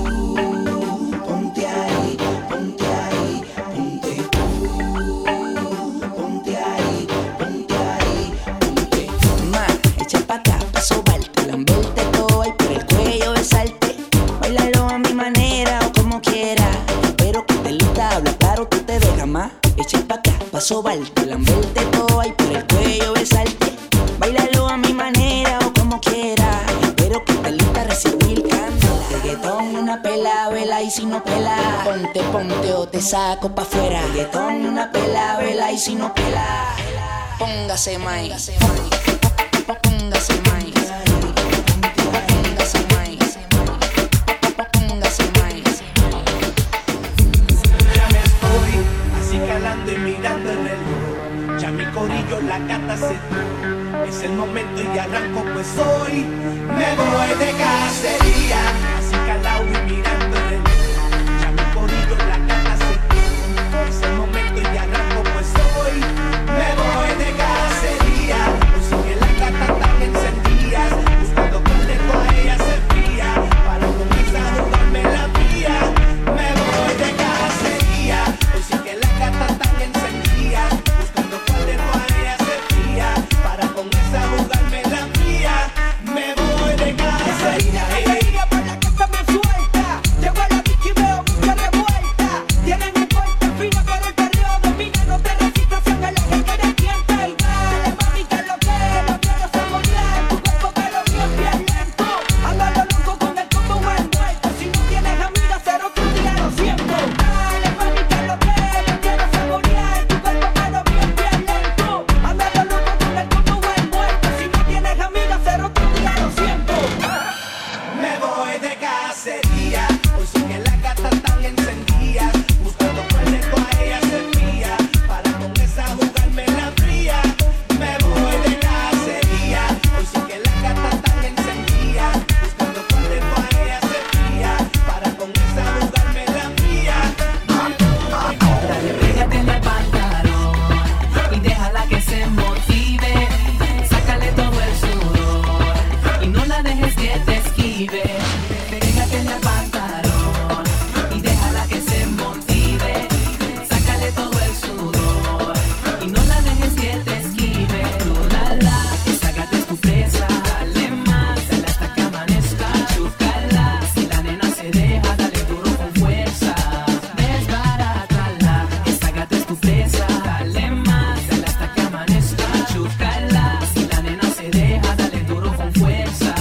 sobarte, lamberte todo y por el cuello besarte. Báilalo a mi manera o como quiera, pero que estés lista a recibir candela. Reggaetón, una pela, vela y si no pela, ponte, ponte o te saco pa' afuera. Reggaetón, una pela, vela y si no pela, póngase más, póngase más, póngase más, póngase más. Ya me estoy así calando y mirando el reloj. Ya mi corillo la cata se dio. Es el momento y arranco pues hoy me voy de cacería. Así calado y mirando el reloj. Ya mi corillo la cata se dio. Es el momento y arranco pues hoy me voy de cacería. Hoy sí que la cata tan encendidas, buscando con lejos a ella se fría, para comenzar a jugarme la vía. Me voy de cacería. Hoy sí que la cata tan encendida, buscando con lejos a ella se fría, para comenzar a jugarme la vía. Me voy de cacería. Ella por la casa me suelta, llego a la bici y veo mucha revuelta. Tienen un corte fino por el perreo, domina, no te resistas en el eje que detiente. Y dale, mami, que lo que no quiero saborear, tu cuerpo que lo mío es bien lento. Ándalo loco con el combo envuelto, si no tienes amigas, ser otro día lo siento. Dale, mami, que lo que no quiero saborear, tu cuerpo que lo mío es bien lento. Ándalo loco con el combo envuelto, si no tienes amigas, ser otro día lo siento. Me voy de cacería. Hoy sí que la gata tan encendida, buscando por lejos a ella se fía, para con esa jugarme la fría. Me voy de cacería. Hoy sí que la gata tan encendida, buscando por lejos a ella se fía, para con esa jugarme la fría. Dale, pégate en el pantalón y déjala que se motive. Sácale todo el sudor y no la dejes que te esquive. Pégate en el pantalón y déjala que se motive. Sácale todo el sudor y no la dejes que te esquive. Tú la la, sácate tu presa. Dale más, dale hasta que amanezca. Chúcala, si la nena se deja, dale duro con fuerza. Desbarátala, sácate tu presa. Dale más, dale hasta que amanezca. Chúcala, si la nena se deja, dale duro con fuerza.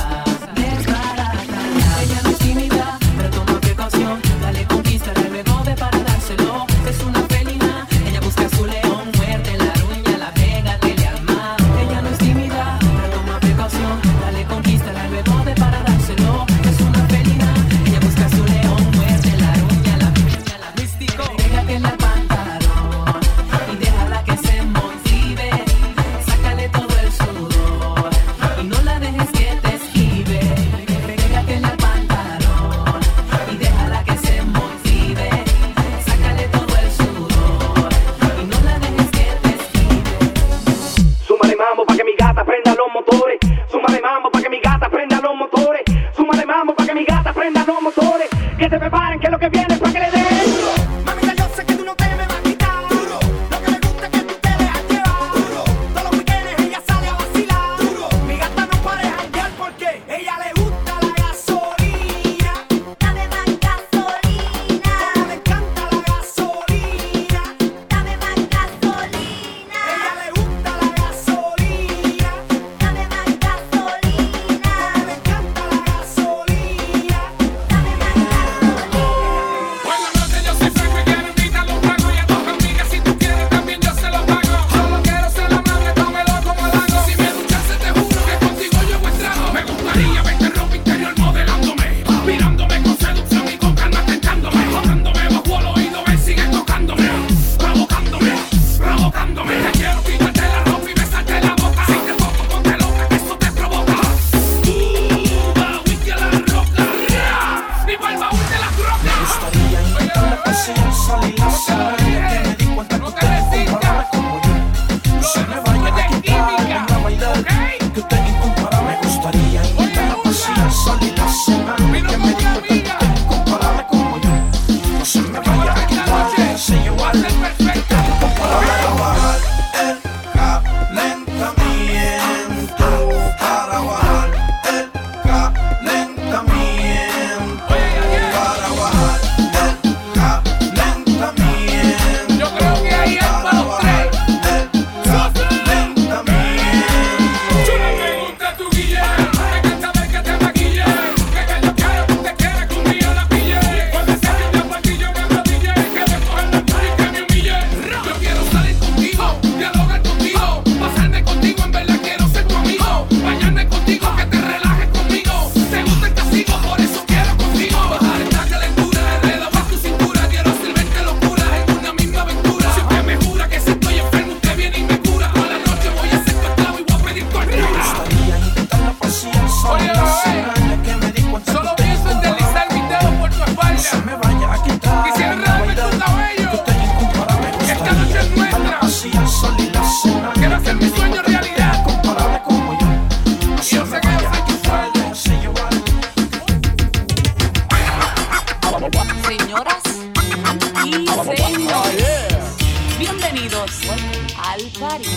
Desbarátala. Ella no es tímida, pero toma precaución. Dale, conquístala, luego ve para dárselo. Es una felina, ella busca su león. Muerde la uña, la pega, le alma. Ella no es tímida, pero toma precaución. Dale, conquístala, luego ve para dárselo. Es una felina, ella busca su león. Muerde la uña, la uña, la místico. Pégate en el pantalón y déjala que se motive. Sácale todo el sudor y no la dejes que te esquive. Pégate en el pantalón y déjala que se motive. Sácale todo el sudor y no la dejes que te esquive. Súmale mambo pa' que mi gata prenda los motores. Súmale mambo pa' que mi gata prenda los motores. Súmale mambo pa' que mi gata prenda los motores. Que se preparen que lo que viene es pa' que le den. Mamita, yo sé que tú no te me vas a quitar. Lo que me gusta es que tú te dejas llevar. Todos los weekends ella sale a vacilar. Mi gata no para de janguear porque ella le gusta la gasolina. Dame más gasolina, Como le encanta la gasolina. dame más gasolina, Ella le gusta la gasolina. dame más gasolina, Como le encanta la gasolina. dame más gasolina. Buenas noches, yo soy Franco y quiero invitar los tragos. Y a tus amigas, si tú quieres, también yo se los pago. Solo quiero ser amable, tómelo como lago. Si me duchase, te juro que contigo yo hago estrago. Me gustaría verte en ropa interior modelándome, mirándome con seducción y con calma tentándome, tocándome bajo el oído, me sigue tocándome, provocándome, provocándome. Te quiero quitarte la ropa y besarte la boca. Si te toco, ponte loca, que eso te provoca. Uh, whisky a la roca, viva el baúl de las rocas. Gustaría invitarla a pasear, salir a cenar, que me di cuenta que usted es incomparable como yo. No se me vaya a quitar, venga a bailar, que usted es incomparable. Me gustaría invitarla a pasear, salir a cenar, que me di cuenta que usted es incomparable como yo. No se me vaya a quitar, déjese llevar, que usted es incomparable. Para bajar el calentamiento, para bajar el calentamiento, para bajar el calentamiento. Yo creo que ahí es para los tres. Señoras y señores, bienvenidos al party.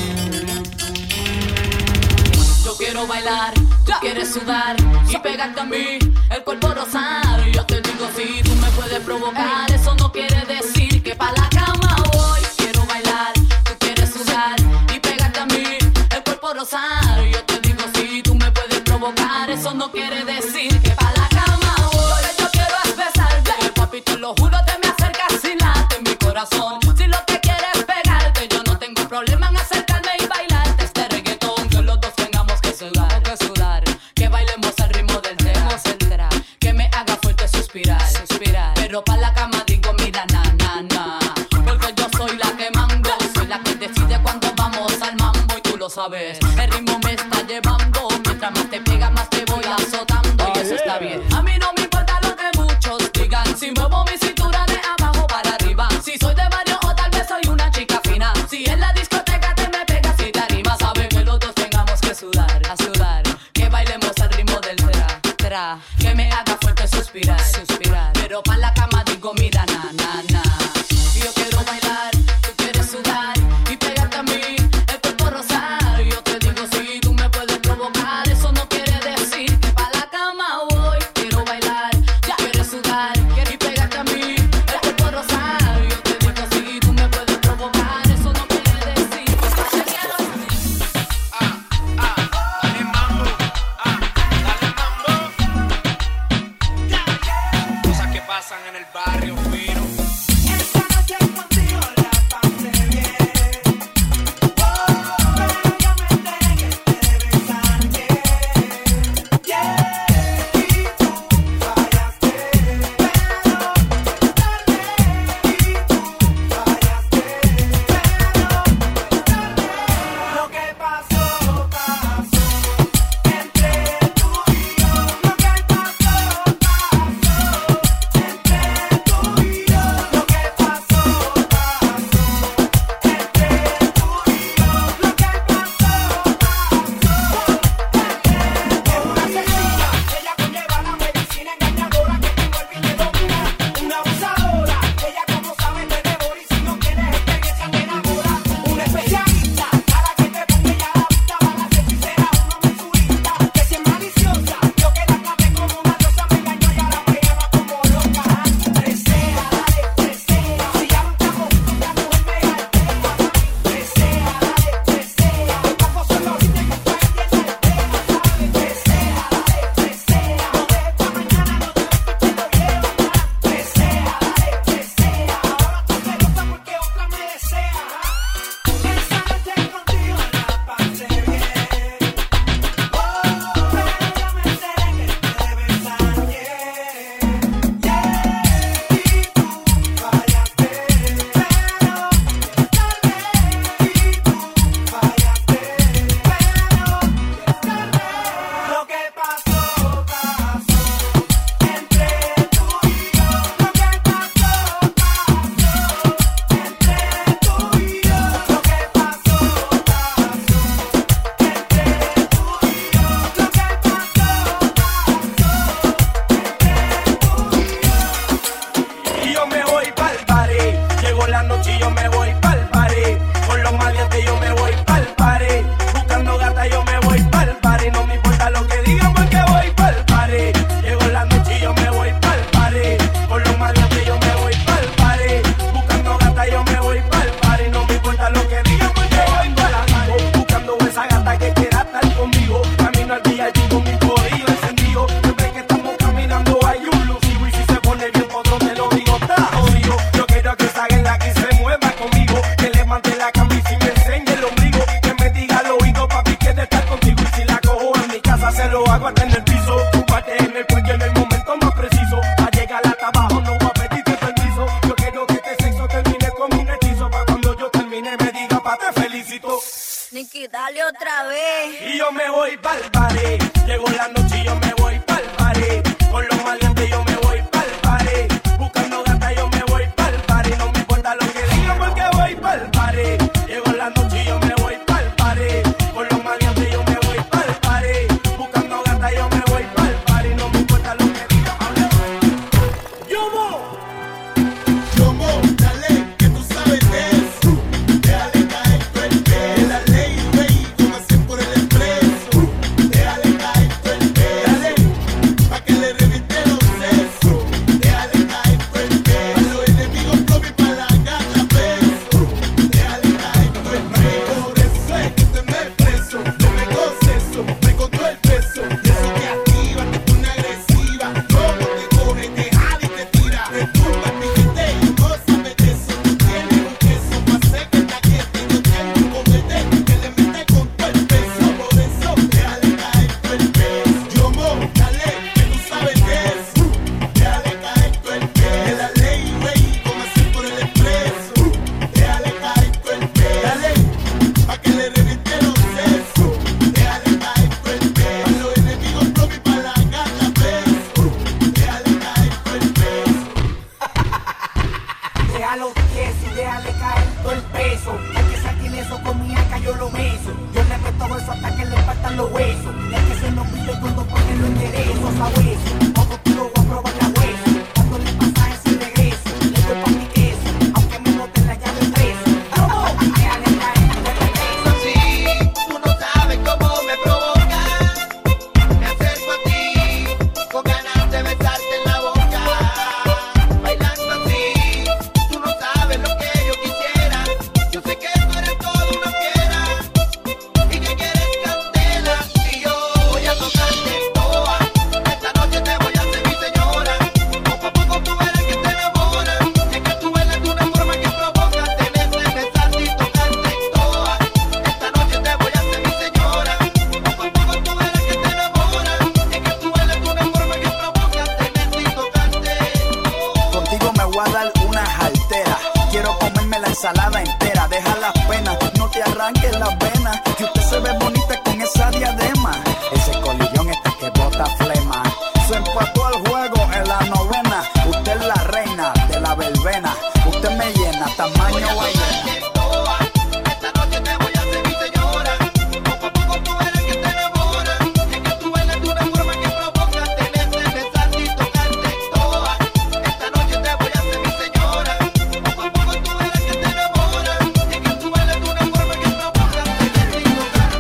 Yo quiero bailar, tú quieres sudar y pegarte a mí, el cuerpo rosado. Yo te digo si tú me puedes provocar, eso no quiere decir que pa' la cama voy. Quiero bailar, tú quieres sudar y pegarte a mí, el cuerpo rosado. Yo te digo si tú me puedes provocar, eso no quiere decir que pa' la cama voy. Lo que yo quiero es besarte, papi, te lo juro, te me acercas sin late en mi corazón. Si lo que quieres es pegarte, yo no tengo problema en acercarme y bailarte este reggaetón, que los dos tengamos que sudar, que sudar, que bailemos al ritmo del tema, que me haga fuerte suspirar, suspirar, pero pa' la cama digo mira na na na, porque yo soy la que mando, soy la que decide cuando vamos al mambo y tú lo sabes, el ritmo me está llevando, mientras más te pega más te voy azotando y eso está bien. A mí no me importa lo que muchos digan, si muevo mi cintura de abajo para arriba, si soy de barrio o tal vez soy una chica fina, si en la discoteca te me pegas y te animas, sabes que los dos tengamos que sudar, a sudar, que bailemos al ritmo del tra, tra, que me haga fuerte suspirar, suspirar, pero pa' la cama digo mira na na na. Yo quiero bailar, tú quieres sudar y pegarte a mí, el cuerpo rosado. Yo te digo si tú me puedes provocar, eso no quiere decir que pa' la cama voy. Quiero bailar, ya quieres sudar y pegarte a mí, el cuerpo rosado. Yo te digo si tú me puedes provocar, eso no quiere decir que pa' la cama voy. Cosas que pasan en el barrio fino. Lo que pasó, pasó entre tú y yo. Lo que pasó, pasó entre tú y yo. Lo que pasó, pasó entre tú y yo. Lo que pasó, pasó. Es una asesina, ella conlleva la medicina engañadora que te envuelve y te domina. Una abusadora, ella como sabe te devora y si no tienes experiencia te enamora. Una especialista, para que te ponga ya la vista, para ser sincera, una mesurita, que si es maliciosa, yo que la clavé como una diosa, me engañó y ahora me llama como loca. Presea, dale, presea, si ya no estamos juntos, la mujer me altea. Presea, dale, presea, los pacos son los líderes que traen y ella altea, ¿sabes? Presea, dale, presea, no dejes pa' mañana, no te dejes que te lo llevan. Presea, dale, presea, ahora tú celosa porque otra me desea. Esa noche contigo la pasé bien. Oh, pero ya me enteré que te besan bien. Yeah, y tú fallaste, pero y tú fallaste, pero lo que pasó, pasó entre tú y yo. Lo que pasó, pasó entre tú y yo. Lo que pasó, pasó entre tú y yo. Lo que Y yo me voy pa'l party. Llegó la noche y yo me voy pa'l party. Con los maleantes yo me voy pa'l party. Buscando gata yo me voy pa'l party. No me importa lo que digan porque voy pa'l party. Llegó la noche y yo me voy pa'l party. Con los maleantes yo me voy pa'l party. Buscando gata yo me voy pa'l party. No me importa lo que digan porque voy pa'l party. Buscando esa gata que quiera estar conmigo. Camino al día y con mi corillo encendido. Siempre que estamos caminando hay un lucido. Y si se pone bien potro te lo digo, está jodido. Yo quiero que esa guerra que se mueva conmigo. Que levante la camisa y me enseñe el ombligo. Que me diga al oído, papi, quiero estar contigo. Y si la cojo en mi casa se lo hago hasta en el piso. Un parte en el cuello en el momento más preciso. A llegar hasta abajo no voy a pedirte permiso. Yo quiero que este sexo termine con un hechizo. Pa' cuando yo termine me diga, pa' te felicito. Nicky, dale otra vez. Y yo me voy pa'l party. Llegó la noche y yo me voy pa'l party. Con los maleantes yo me voy pa'l party. Buscando gata yo me voy pa'l party. No me importa lo que digan porque voy pa'l party. Llegó la noche y yo me voy pa'l party. Con los maleantes yo me voy pa'l party. Buscando gata yo me voy pa'l party. No me importa lo que digan. Yo voy. eso. Hay que sentir eso con mi acá, yo lo beso. Yo le meto eso hasta que le faltan los huesos. Y es que se nos pide todo porque lo enderezo, ¿sabes? Todo tú lo voy a probar la hueso. Cuando le pasa ese regreso, le doy pa' mi queso. Aunque me boten la llave preso. ¡Vamos! Déjale caer, de regreso. Sí, tú no sabes cómo me provoca. Me acerco a ti con ganas de besarte en la boca. Bailando así, tú no sabes lo que yo quisiera. Yo sé que tú eres todo una fiera y que quieres candela. Y yo voy a tocarte toa. Esta noche te voy a hacer mi señora. Poco a poco tú verás que te enamoras. Y es que tú bailas de una forma que provoca. Tenerte, besarte y tocarte toa. Esta noche te voy a hacer mi señora. Poco a poco tú verás que te enamoras. Y es que tú bailas de una forma que provoca. Tenerte y tocarte. Contigo me voy a dar una jaltera. Quiero comerme la ensalada entera. Deja las penas, no te arranques las venas. Que usted se ve bonita con esa diadema. Ese colillón está que bota flema. Se empató el juego en la novena. Usted es la reina de la verbena. Usted me llena, tamaño vaina. Esta noche te voy a hacer mi señora. Poco a poco tú verás que te enamoras. Y es que tú bailas de una forma que provoca. Tenerte, besarte y tocarte toa. Esta noche te voy a hacer mi señora. Poco a poco tú verás que te enamoras. Y es que tú bailas de una forma que provoca. Tenerte y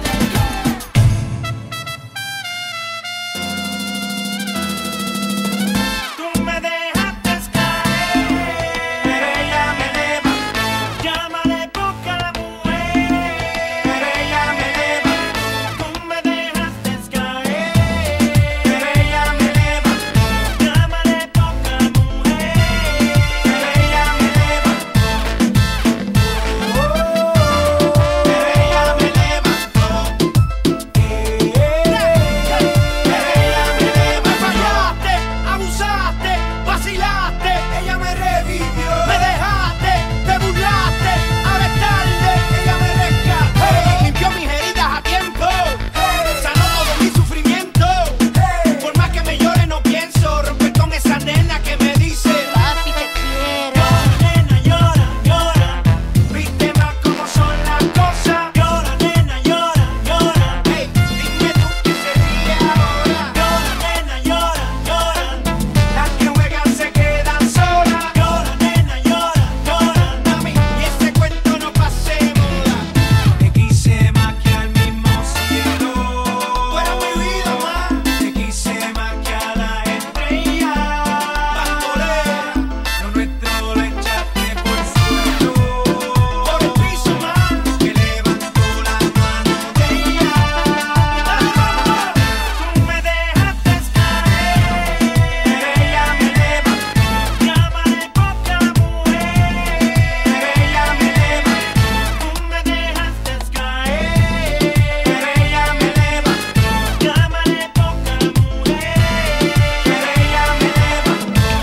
Tú me dejaste caer, pero ella me eleva. Llámale poca la mujer, pero ella me eleva. Tú me dejaste caer, pero ella me eleva. Llámale poca mujer, pero ella me eleva. Pero ella me eleva. Me fallaste, abusaste, vacilaste, ella me revivió. Me dejaste, te burlaste, ahora es tarde, ella me rescató. Limpió mis heridas a tiempo, sanó todo mi sufrimiento. Por más que me llore no pienso romper con esa nena que me dice papi te quiero. Nena llora, llora, viste más cómo son las cosas. Llora nena, llora, llora, hey, dime tú qué sería ahora. Llora nena, llora, llora, las que juegan se quedan solas. Llora nena, llora, llora, mami, y ese cuento no pase moda. Te quise más que al mismo cielo. Tú eras mi vida más. Te quise más que a la estrella. Bandolera, lo nuestro lo echaste por suelo. Por el piso más que levantó la mano de ella. Tú me dejaste caer, pero ella me eleva. Llámale poca mujer, pero ella me eleva. Tú me dejaste caer, pero ella me eleva. Llámale poca mujer, pero ella me eleva.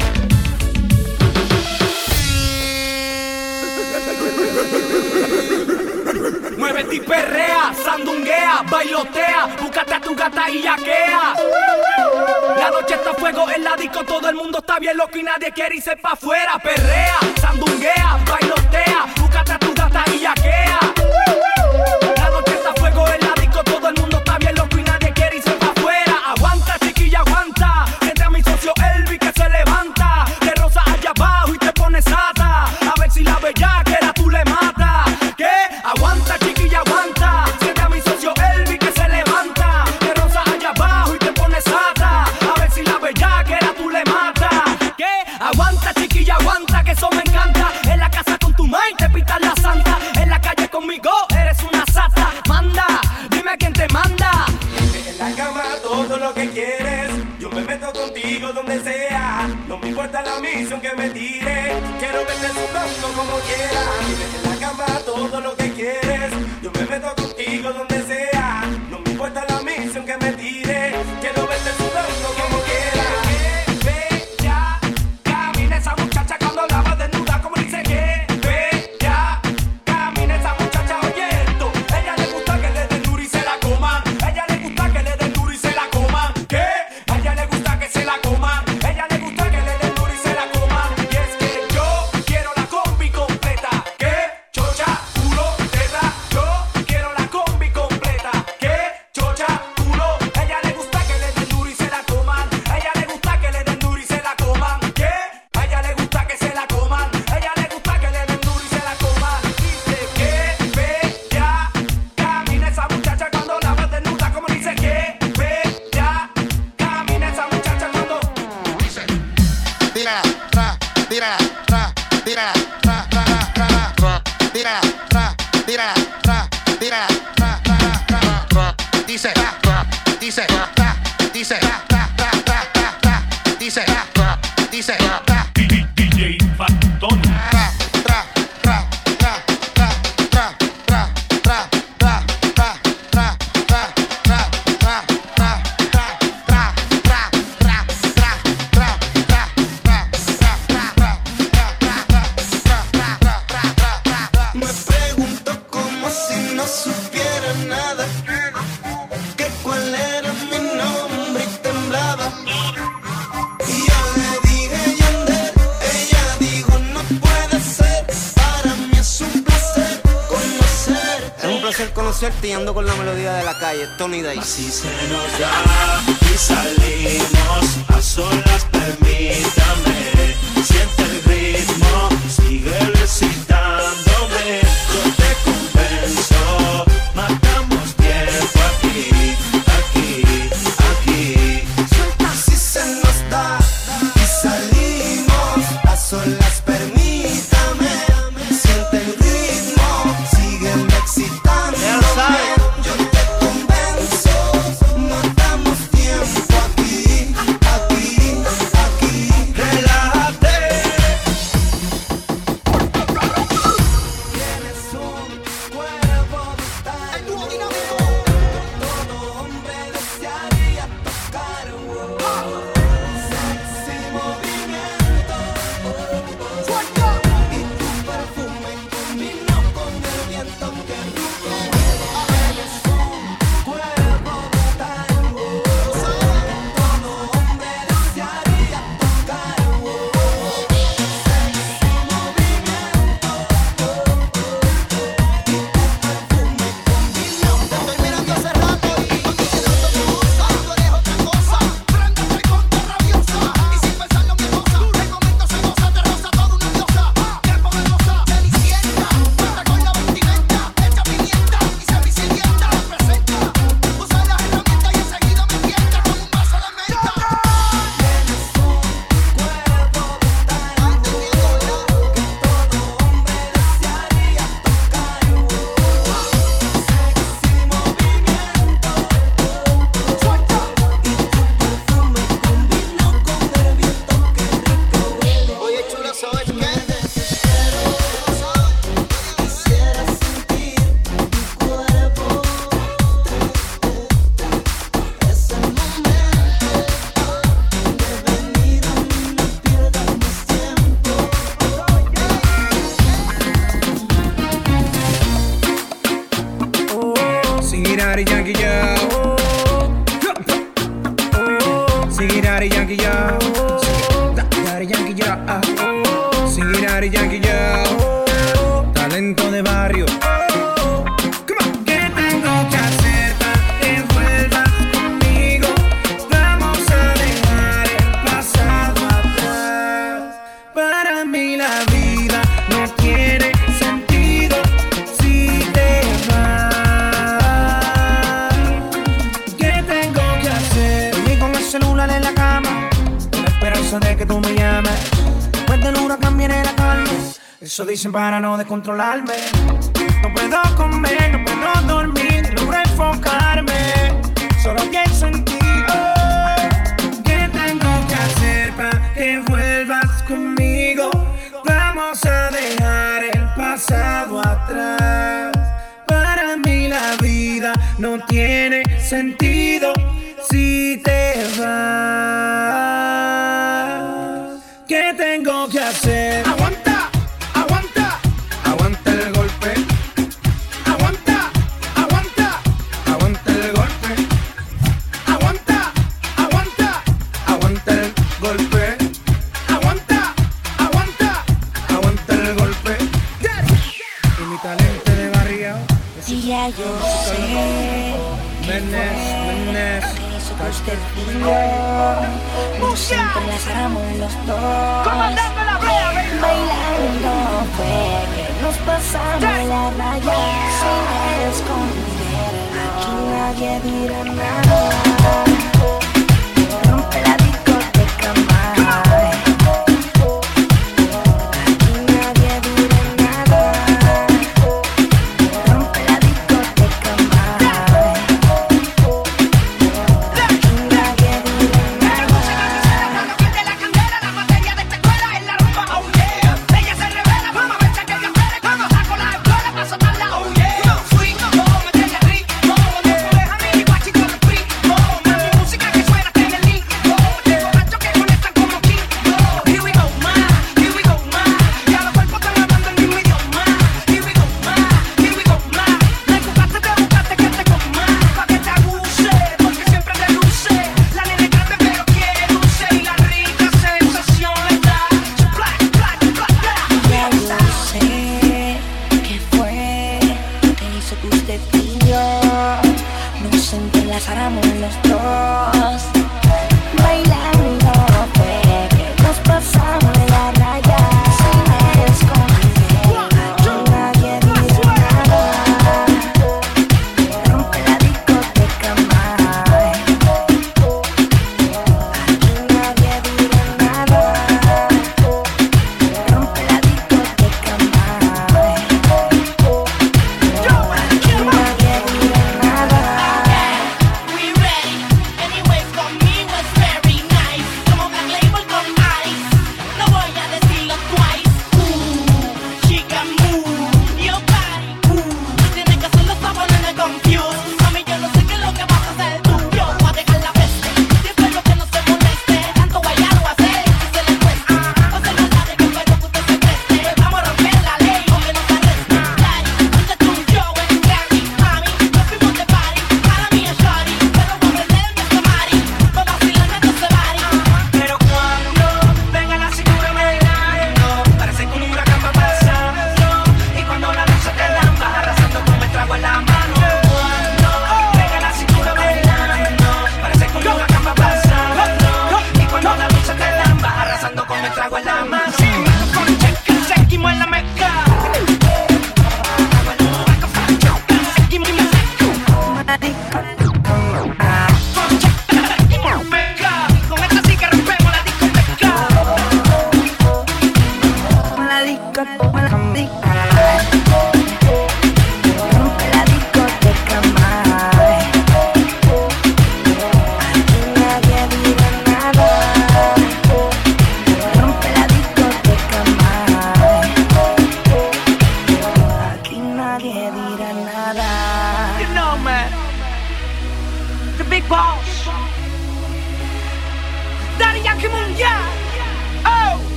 Muévete y perrea, sandunguea, bailotea, búscate a tu gata y yaquea. La noche está a fuego en la disco, todo el mundo está bien loco y nadie quiere irse pa' afuera. Perrea, sandunguea, bailotea, búscate a tu gata y yaquea. La noche está a fuego en la disco, todo el mundo está bien loco y nadie quiere irse pa' afuera. Aguanta, chiquilla, aguanta, frente a mi socio Elvi que se levanta. Te roza allá abajo y te pone sata, a ver si la bellaquera tú le matas. ¿Qué? Aguanta, chiquilla, aguanta, frente a mi socio Elvi que se levanta. Te roza allá abajo y te pone sata, a ver si la bellaquera tú le matas. ¿Qué? Aguanta, chiquilla, aguanta, que eso me encanta. En la casa con tu maíz te pitas la santa. En la calle conmigo eres una sata. Manda, dime quién te manda. En la cama todo lo que quieres, yo me meto contigo donde sea. No me importa la misión que me tire, quiero verte sudando como quieras. En la cama todo lo que quieres, yo me meto contigo donde sea. No me importa la misión que me tire, quiero verte sudando como quieras. Bella, camina esa muchacha cuando la va desnuda como dice que. Bella, camina esa muchacha oyendo. Ella le gusta que le den duro y se la coman. Ella le gusta que le den duro y se la coman. ¿Qué? A ella le gusta que se la coman. Ella le gusta que le den duro y se la coman. Y es que yo quiero la combi completa. ¿Qué? Chocha, tírala, ra, tírala, ra, ra, ra, ra, ra, tírala, ra, tírala, ra, tírala, ra, ra, ra, ra, ra, dice, ra, ra, dice, ra, ra, dice, ra, ra, ra, ra, ra, ra, dice, ra, ra, dice, ra, ra, D J Facton. ra, ra, ra, ra, ra, ra, ra, ra, ra, ra, ra, ra, ra, ra, Me pregunto como si no supiera nada, que cuál era mi nombre y temblaba. Y yo le dije Yandel, ella dijo no puede ser, para mí es un placer conocer. Es un placer conocerte y ando con la melodía de la calle, Tony Day. Así se nos da y salimos a solas, permítame. Siente el ritmo, sigue recitándome. Yo te convenzo, matamos tiempo aquí, aquí, aquí. Así se nos da y salimos a solas, permítame. Siente el ritmo, sígueme excitando. Yo te convenzo, matamos tiempo aquí, aquí, aquí. Relájate. Tienes un cuerpo brutal, todo hombre desearía tocar. Sexy movimiento, y tu perfume combinó con el viento que ruge. Tienes un cuerpo brutal, todo hombre desearía tocar. Sexy movimiento, te estoy mirando hace rato y no te quedas tu cosa. Tú eres otra cosa, préndete contra rabiosa. Y sin pensarlo mi cosa, el momento se goza, te roza toda una diosa. Tiempo de gozar, cenicienta, mata con la vestimenta, echa pimienta y se visilienta, presenta. Usa las herramientas y enseguida me tienta con un vaso de menta. Tienes un cuerpo brutal, entendiendo ya que todo hombre desearía tocar. Sexy movimiento, suelta, y tu perfume combinó con el viento que rico. Oye chula, ¿sabes qué? Quisiera sentir tu cuerpo. Es el momento de venir a mí, no pierdas más tiempo. Sing Daddy Yankee Yo. Sing Daddy Yankee Yo. Daddy Yankee Yo. Sing Daddy Yankee Yo. Talento de barrio. Come on. ¿Qué tengo que hacer para que vuelvas conmigo? Vamos a dejar el pasado atrás. Para mí la vida no tiene sentido si te vas. ¿Qué tengo que hacer? Dormí con el celular en la cama, con la esperanza de que tú me llames. Después del huracán viene la calma. Eso dicen para no descontrolarme. No puedo comer, no puedo dormir, no logro enfocarme. Solo pienso en ti. Oh. ¿Qué tengo que hacer para que vuelvas conmigo? Vamos a dejar el pasado atrás. Para mí la vida no tiene sentido si te vas. ¿Qué tengo que hacer? Aguanta, aguanta, Aguanta el golpe, aguanta, aguanta, aguanta el golpe, aguanta, aguanta, aguanta el golpe, aguanta, aguanta. aguanta el golpe. Y mi talento de barrio. Y ya yo sé Menes, Menes. eso que usted pidió. Siempre las amo los dos. Bailando fue que nos pasamos la raya sin esconder. Aquí nadie dirá nada. Rompe la discoteca más.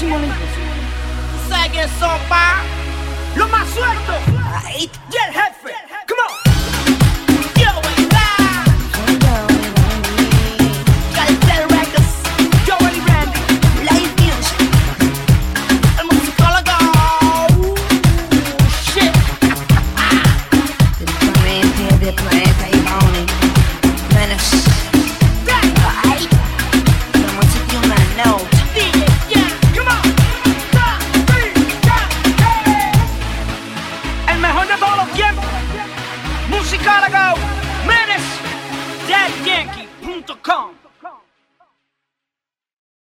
Simón. ¿Sabes quién son, pa? Lo más suelto. Y el jefe. Come on. Yo, bailar. Cartel Records. Yo, Willy Randy. Live Music. El musicólogo. Shit. Direttamente del planeta Imone. Menace. Ay. Vamos a tirar una note. El mejor de todos los tiempos. Musicólogo. Menace. Daddy Yankee punto com